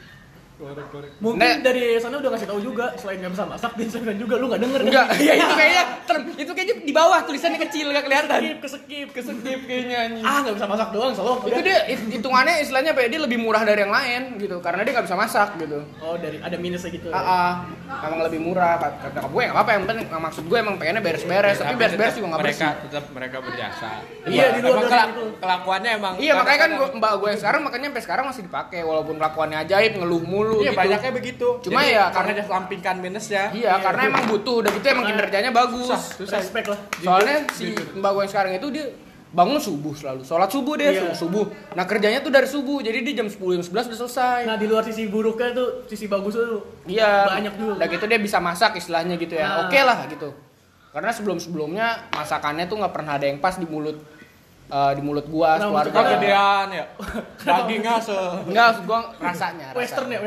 Mungkin dari sana udah ngasih tahu juga, selain nggak bisa masak, dia kan juga lu nggak denger. Enggak, ya itu kayaknya di bawah tulisannya kecil nggak kelihatan. Skip kayaknya anjing. nggak bisa masak doang selalu. Itu dia hitungannya istilahnya apa ya, dia lebih murah dari yang lain gitu, karena dia nggak bisa masak gitu. Oh, dari ada minusnya gitu. Emang lebih murah. Kata gue nggak apa-apa, yang penting maksud gue emang pengennya beres-beres, tapi beres-beres juga nggak bersih. mereka berjasa. Iya, di luar Emang dari itu. kelakuannya emang. Iya, makanya kan mbak gue yang sekarang makanya sampai sekarang masih dipakai walaupun kelakuannya ajaib, ngeluh mulu. Iya, gitu. banyaknya begitu. Cuma jadi, ya karena dia sampingkan minusnya. Iya, karena emang butuh, udah gitu emang kinerjanya bagus. Susah. Respect lah. Soalnya si mbak gue yang sekarang itu dia bangun subuh selalu, sholat subuh dia subuh. Nah kerjanya tuh dari subuh, jadi dia jam 10 jam 11 udah selesai. Nah di luar sisi buruknya tuh, sisi bagusnya tuh banyak juga. Udah gitu dia bisa masak istilahnya gitu ya. Oke lah gitu. Karena sebelumnya masakannya tuh nggak pernah ada yang pas di mulut gua, keluarga. Kegedean ya. Dagingnya Enggak, gua rasanya. Western ya.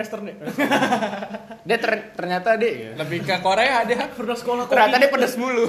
Dia ternyata dia lebih ke Korea dia. Pernah sekolah ternyata dia pedes mulu.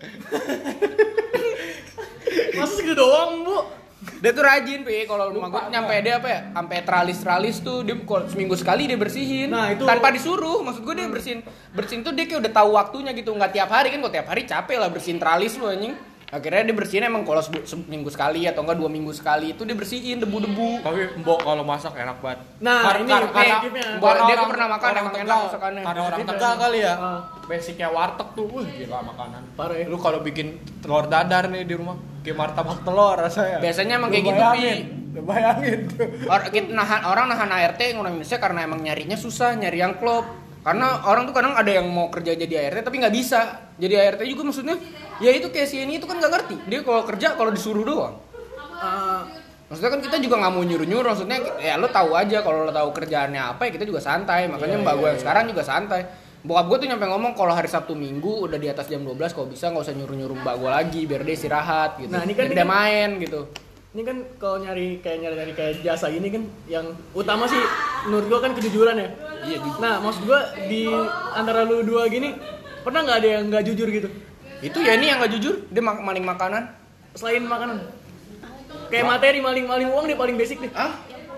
Masa segitu doang, Bu? Dia tuh rajin, kalau rumah gua nyampe dia apa ya? Sampai tralis tuh dia seminggu sekali dia bersihin. Nah, itu tanpa disuruh. Maksud gua dia bersihin tuh dia kayak udah tahu waktunya gitu. Enggak tiap hari kan, kalau tiap hari capek lah bersihin tralis lu anjing. Akhirnya dia bersihin emang kalau seminggu sekali atau enggak 2 minggu sekali itu dia bersihin debu-debu. Tapi mbok kalau masak enak banget. Nah, ini dia kok pernah makan emang enak masakannya. Karena orang Tegal kali ya. Basicnya warteg tuh, gila makanan. Parah ya. Lu kalau bikin telur dadar nih di rumah, kayak martabak telur rasanya. Biasanya emang kayak gitu, Bayangin tuh. Orang nahan ART ngurangin minusnya karena emang nyarinya susah, nyari yang klop. Karena orang tuh kadang ada yang mau kerja jadi ART tapi nggak bisa. Jadi ART juga maksudnya, ya itu kayak si ini itu kan nggak ngerti. Dia kalau kerja kalau disuruh doang. Maksudnya kan kita juga nggak mau nyuruh-nyuruh. Maksudnya ya lo tahu aja kalau lo tahu kerjaannya apa ya kita juga santai. Makanya mbak gue yang sekarang juga santai. Bokap gue tuh nyampe ngomong kalau hari Sabtu Minggu udah di atas jam 12 kalau bisa nggak usah nyuruh-nyuruh mbak gue lagi biar dia istirahat gitu. Nah, ini kan dia main gitu. Ini kan kalau nyari kayak jasa gini kan yang utama sih menurut gua kan kejujuran ya. Iya, jujur. Nah, maksud gua di antara lu dua gini pernah nggak ada yang nggak jujur gitu? Itu ya ini yang nggak jujur, dia maling makanan. Selain makanan. Kayak materi maling uang dia paling basic deh.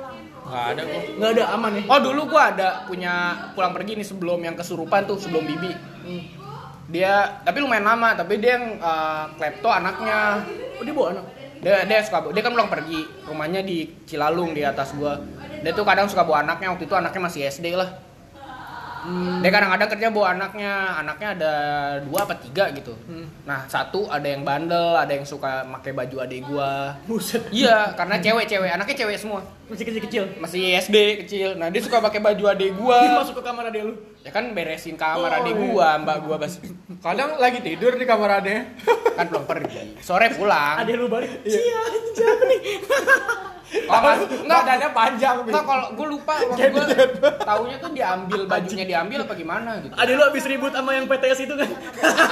Nggak ada gua. Nggak ada, aman ya. Oh dulu gua ada punya pulang pergi nih sebelum yang kesurupan tuh, sebelum Bibi. Dia tapi lumayan lama, tapi dia yang klepto anaknya. Oh, dia bawa anak. Dia suka, dia kan pulang pergi, rumahnya di Cilalung di atas gua. Dia tuh kadang suka bawa anaknya, waktu itu anaknya masih SD lah. Dia kadang-kadang kerja bawa anaknya ada 2 apa 3 gitu. Nah 1 ada yang bandel, ada yang suka pakai baju adik gua. Buset. Iya, karena cewek, anaknya cewek semua. Masih kecil-kecil. Masih SD kecil. Nah dia suka pakai baju adik Dia gua. masuk ke kamar adek lu. Ya kan beresin kamar adik gua, mbak gua bas. Kadang lagi tidur di kamar adanya. Kan pulang pergi. Sore pulang. Adek lu balik. Siapa nih? Oh, Badannya panjang. Enggak, kalau gue lupa waktu gue taunya tuh diambil, bajunya diambil apa gimana gitu. Adek lu habis ribut sama yang PTS itu kan.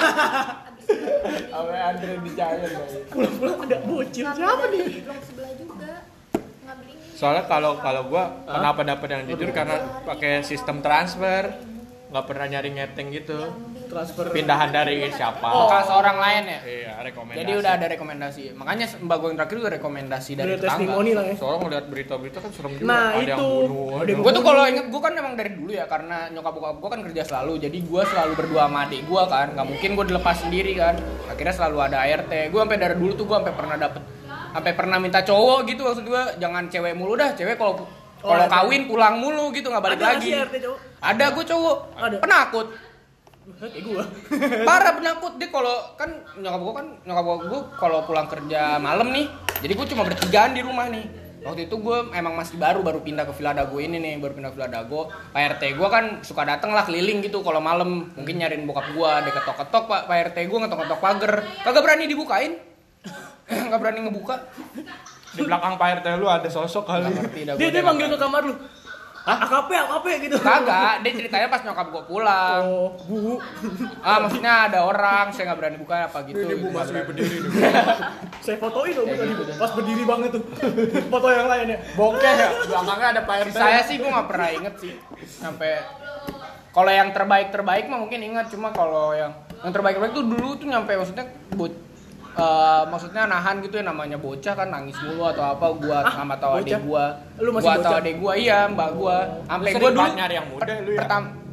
Sampai Andre di jalan. Pulang-pulang ada bocil. Siapa nih? Di blok sebelah juga. Ngambil ini. Soalnya kalau gua kenapa dapat yang jujur karena pakai sistem transfer. Nggak pernah nyari ngeteng gitu. Transfer Pindahan dari siapa? Bekas orang lain ya. Iya, rekomendasi. Jadi udah ada rekomendasi. Makanya mbak gue yang terakhir juga rekomendasi dari Dari testimoni tetangga. lah ya. Soalnya ngeliat berita-berita kan serem juga. Nah, ada itu. yang bunuh. Ada yang Gue tuh kalau inget gue kan emang dari dulu ya, karena nyokap bokap gue kan kerja selalu, jadi gue selalu berdua sama adik gue kan, nggak mungkin gue dilepas sendiri kan. Akhirnya selalu ada ART. Gue sampai dari dulu tuh gue sampai pernah minta cowok gitu, maksud gue jangan cewek mulu dah, cewek kalau ada. kawin pulang mulu gitu nggak balik Ada lagi. nggak sih RT cowok? Ada gue cowok, Ada. penakut. Kayak gua. Parah penakut dia kalau kan nyokap gue kalau pulang kerja malam nih, jadi gue cuma bertigaan di rumah nih. Waktu itu gue emang masih baru pindah ke Villa Dago ini nih, baru pindah ke Villa Dago. Pak RT gue kan suka dateng lah keliling gitu kalau malam, mungkin nyariin bokap gue, dia ketok-ketok Pak RT gue ngetok-ketok pagar, kagak berani dibukain, nggak berani ngebuka. Di belakang Pak RT lu ada sosok kali. Nggak ngerti dah Dia gua manggil ke kamar lu. Hah? AKP gitu. Kagak, dia ceritanya pas nyokap gue pulang. Oh, Bu. Maksudnya ada orang, saya nggak berani buka apa gitu. Ini Bu gitu. masih berdiri dulu. Saya fotoin dong Kayak tadi. gitu dah. Pas berdiri banget tuh. Foto yang lain ya. Bokeh ya, belakangnya ada Pak RT. Saya sih gue nggak pernah inget sih sampai kalau yang terbaik mah mungkin inget, cuma kalau yang terbaik tuh dulu tuh nyampe maksudnya maksudnya nahan gitu ya, namanya bocah kan nangis mulu atau apa, gua sama atau bocah? adik gua Lu masih gua atau bocah? adik gua, iya mbak gua sampai Lu gua sering dulu banget nyari yang muda lu ya?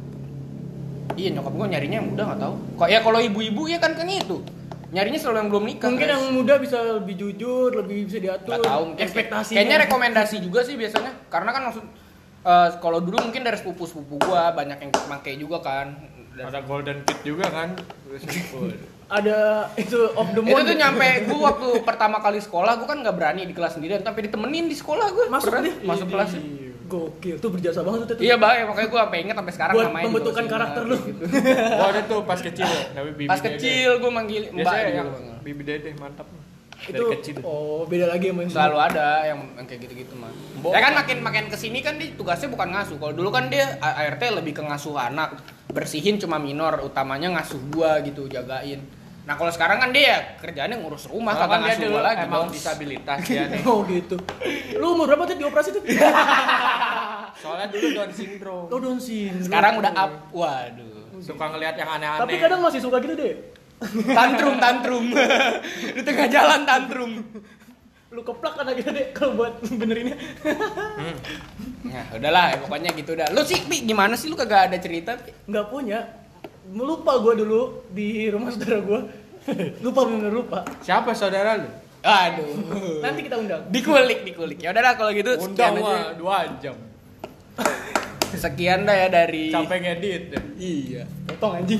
iya nyokap gua nyarinya yang muda nggak tahu kok ya. Kalau ibu-ibu ya kan itu nyarinya selalu yang belum nikah. Mungkin guys. yang muda bisa lebih jujur, lebih bisa diatur. Nggak tahu mungkin ekspektasinya. kayaknya rekomendasi juga sih biasanya, karena kan maksud kalau dulu mungkin dari sepupu gua banyak yang pakai juga kan. Ada Golden Kid juga kan. Ada itu of the Itu month. tuh nyampe gue waktu pertama kali sekolah, gue kan nggak berani di kelas sendirian, tapi ditemenin di sekolah gue. Masuk Pernah dia? masuk kelas. Gokil, tuh berjasa banget tuh. Iya baik, makanya gue sampai inget sampai sekarang Buat namanya. pembentukan juga karakter masih lu. ingat, gitu. Oh ada tuh pas kecil ya, tapi Bibi Pas Dede. kecil gue manggil mbak Biasanya gitu. yang Bibi Dede mantap. Dari Itu kecil. oh beda lagi sama yang Selalu ada yang kayak gitu-gitu mah. Ya kan makin kesini kan dia tugasnya bukan ngasuh. Kalau dulu kan dia ART lebih ke ngasuh anak, bersihin cuma minor, utamanya ngasuh gua gitu, jagain. Nah kalau sekarang kan dia kerjaannya ngurus rumah, Malah kagak kan dia ngasuh dulu gua lagi emang dong. disabilitas ya nih. Oh gitu. Lu umur berapa tuh dioperasi tuh? Soalnya dulu Down syndrome. Oh Down syndrome. Sekarang udah up. Waduh. Suka ngelihat yang aneh-aneh. Tapi kadang masih suka gitu deh. Tantrum di tengah jalan tantrum. Lu keplak kan gitu deh kalau buat benerinnya. Nah udahlah ya, pokoknya gitu dah. Lu sih Pi, gimana sih lu kagak ada cerita Pi? Nggak punya. Lupa gue dulu di rumah saudara gue. Bener lupa. Siapa saudara lu? Aduh. Nanti kita undang. Dikulik. Ya udahlah kalau gitu Undang sekian aja. mah 2 jam. Sekian dah ya dari Sampai ngedit ya. Iya. Potong anjing.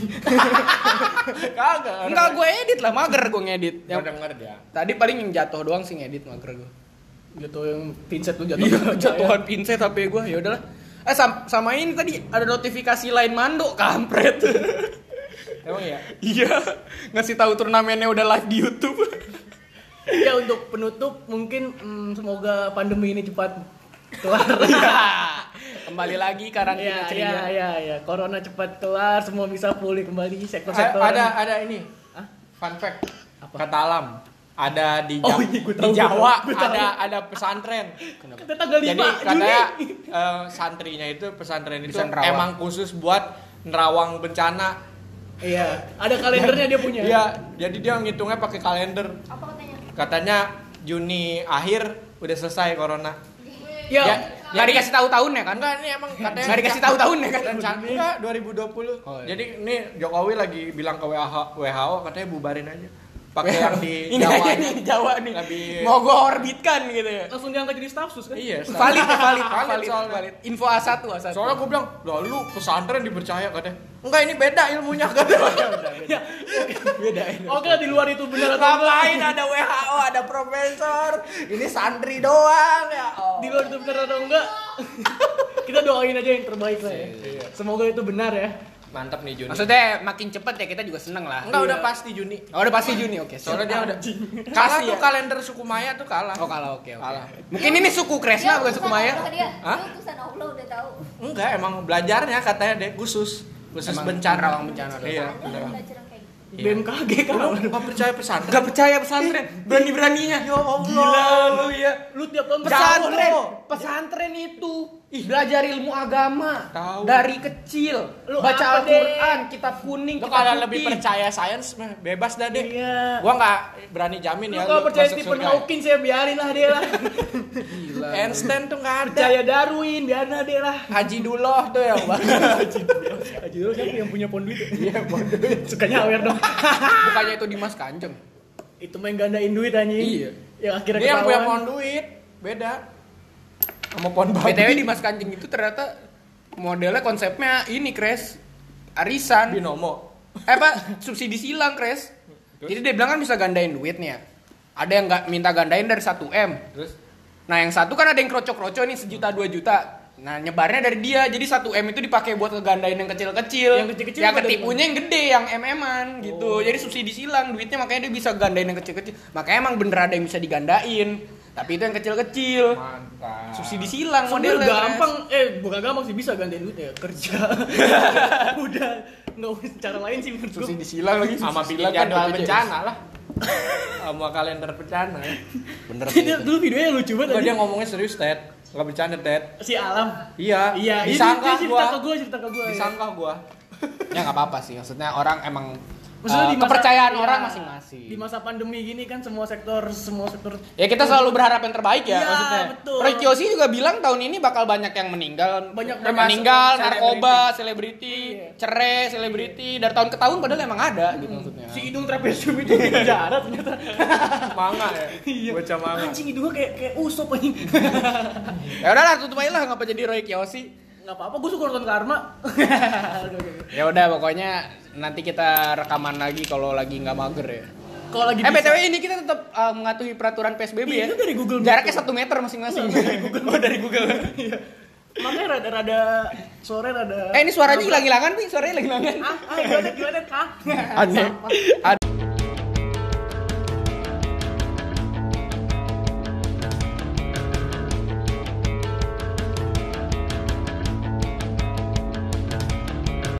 Kagak. Enggak gue edit lah, mager gue ngedit. Yang Yang denger dia. tadi paling yang jatuh doang sih ngedit, mager gue. Jatuh yang pinset tuh jatuh. Iya, jatuhan pinset HP gue. Ya udahlah. Sama ini tadi ada notifikasi lain Mando kampret. Emang ya? Iya, ngasih tahu turnamennya udah live di YouTube. Ya untuk penutup mungkin semoga pandemi ini cepat kelar. Kembali lagi karantina ceria. Ya. Corona cepat kelar, semua bisa pulih kembali sektor-sektor. Ada ini. Fun fact. Apa? Kata alam. Ada di, Oh, iya, gua tahu, di Jawa gua tahu. ada pesantren. Kita tanggal 5 Jadi Juni. katanya santrinya itu pesantren itu Bisa nerawang. emang khusus buat nerawang bencana. Iya, ada kalendernya dia punya. Iya, jadi dia ngitungnya pakai kalender. Apa katanya? Katanya Juni akhir udah selesai corona. Ya, nggak dikasih tahu tahunnya kan? Enggak, ini emang katanya Nggak dikasih tahu tahunnya kan? enggak 2020. Oh, iya. Jadi ini Jokowi lagi bilang ke WHO katanya bubarin aja. Pakai yang di Ini Jawa. aja nih di Jawa nih. Lebih- Mau gua orbitkan gitu ya. langsung diangkat jadi staff sus kan? Iya, Valid. soalnya. Valid. Info A1. Soalnya gue bilang, "Lah lu pesantren dipercaya katanya." Enggak, ini beda ilmunya katanya. Ya, beda. oke lah di luar itu benar atau enggak? Ngapain ada WHO, ada profesor. Ini santri doang ya. Oh. Di luar itu benar atau enggak? Kita doain aja yang terbaik lah ya. Semoga itu benar ya. Mantap nih Juni. Maksudnya makin cepet ya kita juga seneng lah. Enggak, udah pasti Juni. Oh, udah pasti Juni, oke. Soalnya dia udah kalah Pasti tuh ya? kalender suku Maya tuh kalah. Oh kalah, oke. Kalah. Mungkin ini suku Kresna bukan suku Maya. Hah? Dia utusan Allah udah tahu. Enggak, emang belajarnya katanya deh khusus Emang bencana. rawan bencana. Iya, Ada beneran. belajar yang kayak gitu. BMKG kan. Lu enggak percaya pesantren? Gak percaya pesantren, berani-beraninya. Ya Allah. Gila lu ya. Lu tiap tahun Pesantren, Jauh. pesantren itu belajar ilmu agama Tahu. dari kecil. Lu Baca apa, Al-Quran, kitab kuning, Lu kitab kalau putih. lebih percaya sains mah bebas dah deh. Iya. Gua enggak berani jamin Lu ya kalau percaya masuk Stephen surga. Hawking saya biarin lah dia lah. Gila. Einstein tuh enggak ada. Percaya Darwin, biarin lah dia lah. Haji Dullah tuh yang Haji dulu siapa yang punya pondus? Iya, pondus. Sukanya aware dong. Bukannya itu Dimas Kanjeng. Itu main gandain duit anjing. Iya. Yang akhirnya Dia yang punya ketahuan. pohon duit, beda. Sama pohon babi. BTW Dimas Kanjeng itu ternyata modelnya konsepnya ini Kres. Arisan. Binomo. Apa? Subsidi silang Kres. Jadi dia bilang kan bisa gandain duitnya. Ada yang nggak minta gandain dari 1M. Terus Nah yang satu kan ada yang kroco-kroco nih 1 juta 2 juta. Nah nyebarnya dari dia. Jadi 1M itu dipakai buat ngegandain yang kecil-kecil. Yang kecil-kecil Yang apa dari ketipunya yang gede, yang MM-an gitu. Jadi subsidi silang duitnya, makanya dia bisa gandain yang kecil-kecil. Makanya emang bener ada yang bisa digandain. Tapi itu yang kecil-kecil. mantap. Subsidi silang Sebenernya modelnya. gampang, bukan gampang sih, bisa gandain duit ya, kerja. Udah, nggak usah cara lain sih menurut gua. Subsidi silang lagi. Sama subsidi bikin silang kan jadwal BPJS. bencana lah. Sama kalender bencana ya. Bener. Dia dulu videonya lucu banget Enggak, dia tadi. ngomongnya serius, Ted. Enggak bercanda, Ted. Si Alam. Iya, Iya, disangka dia gua. cerita ke gua. Ya. Disangka gua. Ya nggak apa-apa sih. Maksudnya orang emang Maksudnya di masa- kepercayaan iya, orang masing-masing. Di masa pandemi gini kan semua sektor Ya kita selalu berharap yang terbaik ya, Iya, maksudnya. betul. Roy Kiyoshi juga bilang tahun ini bakal banyak yang meninggal. Banyak meninggal, termasuk narkoba, selebriti, Iya. cerai, selebriti. Dari tahun ke tahun padahal emang ada gitu maksudnya. si hidung trapesium itu di penjara ternyata. Manga ya. Iya. Bocah manga. Anjing hidungnya kayak usop anjing. Ya udahlah tutup aja lah, ngapa jadi Roy Kiyoshi. Enggak apa-apa, gua suka nonton Karma. Ya udah pokoknya nanti kita rekaman lagi kalau lagi nggak mager ya. Kalau lagi BTW ini kita tetap mematuhi peraturan PSBB ya. Itu dari Google Meet. Jaraknya 1 meter masing-masing. Oh dari Google. Makanya rada-rada sore rada. Ini suaranya hilang-hilangan nih, suaranya hilang-hilangan. Gimana? Ah? Aneh.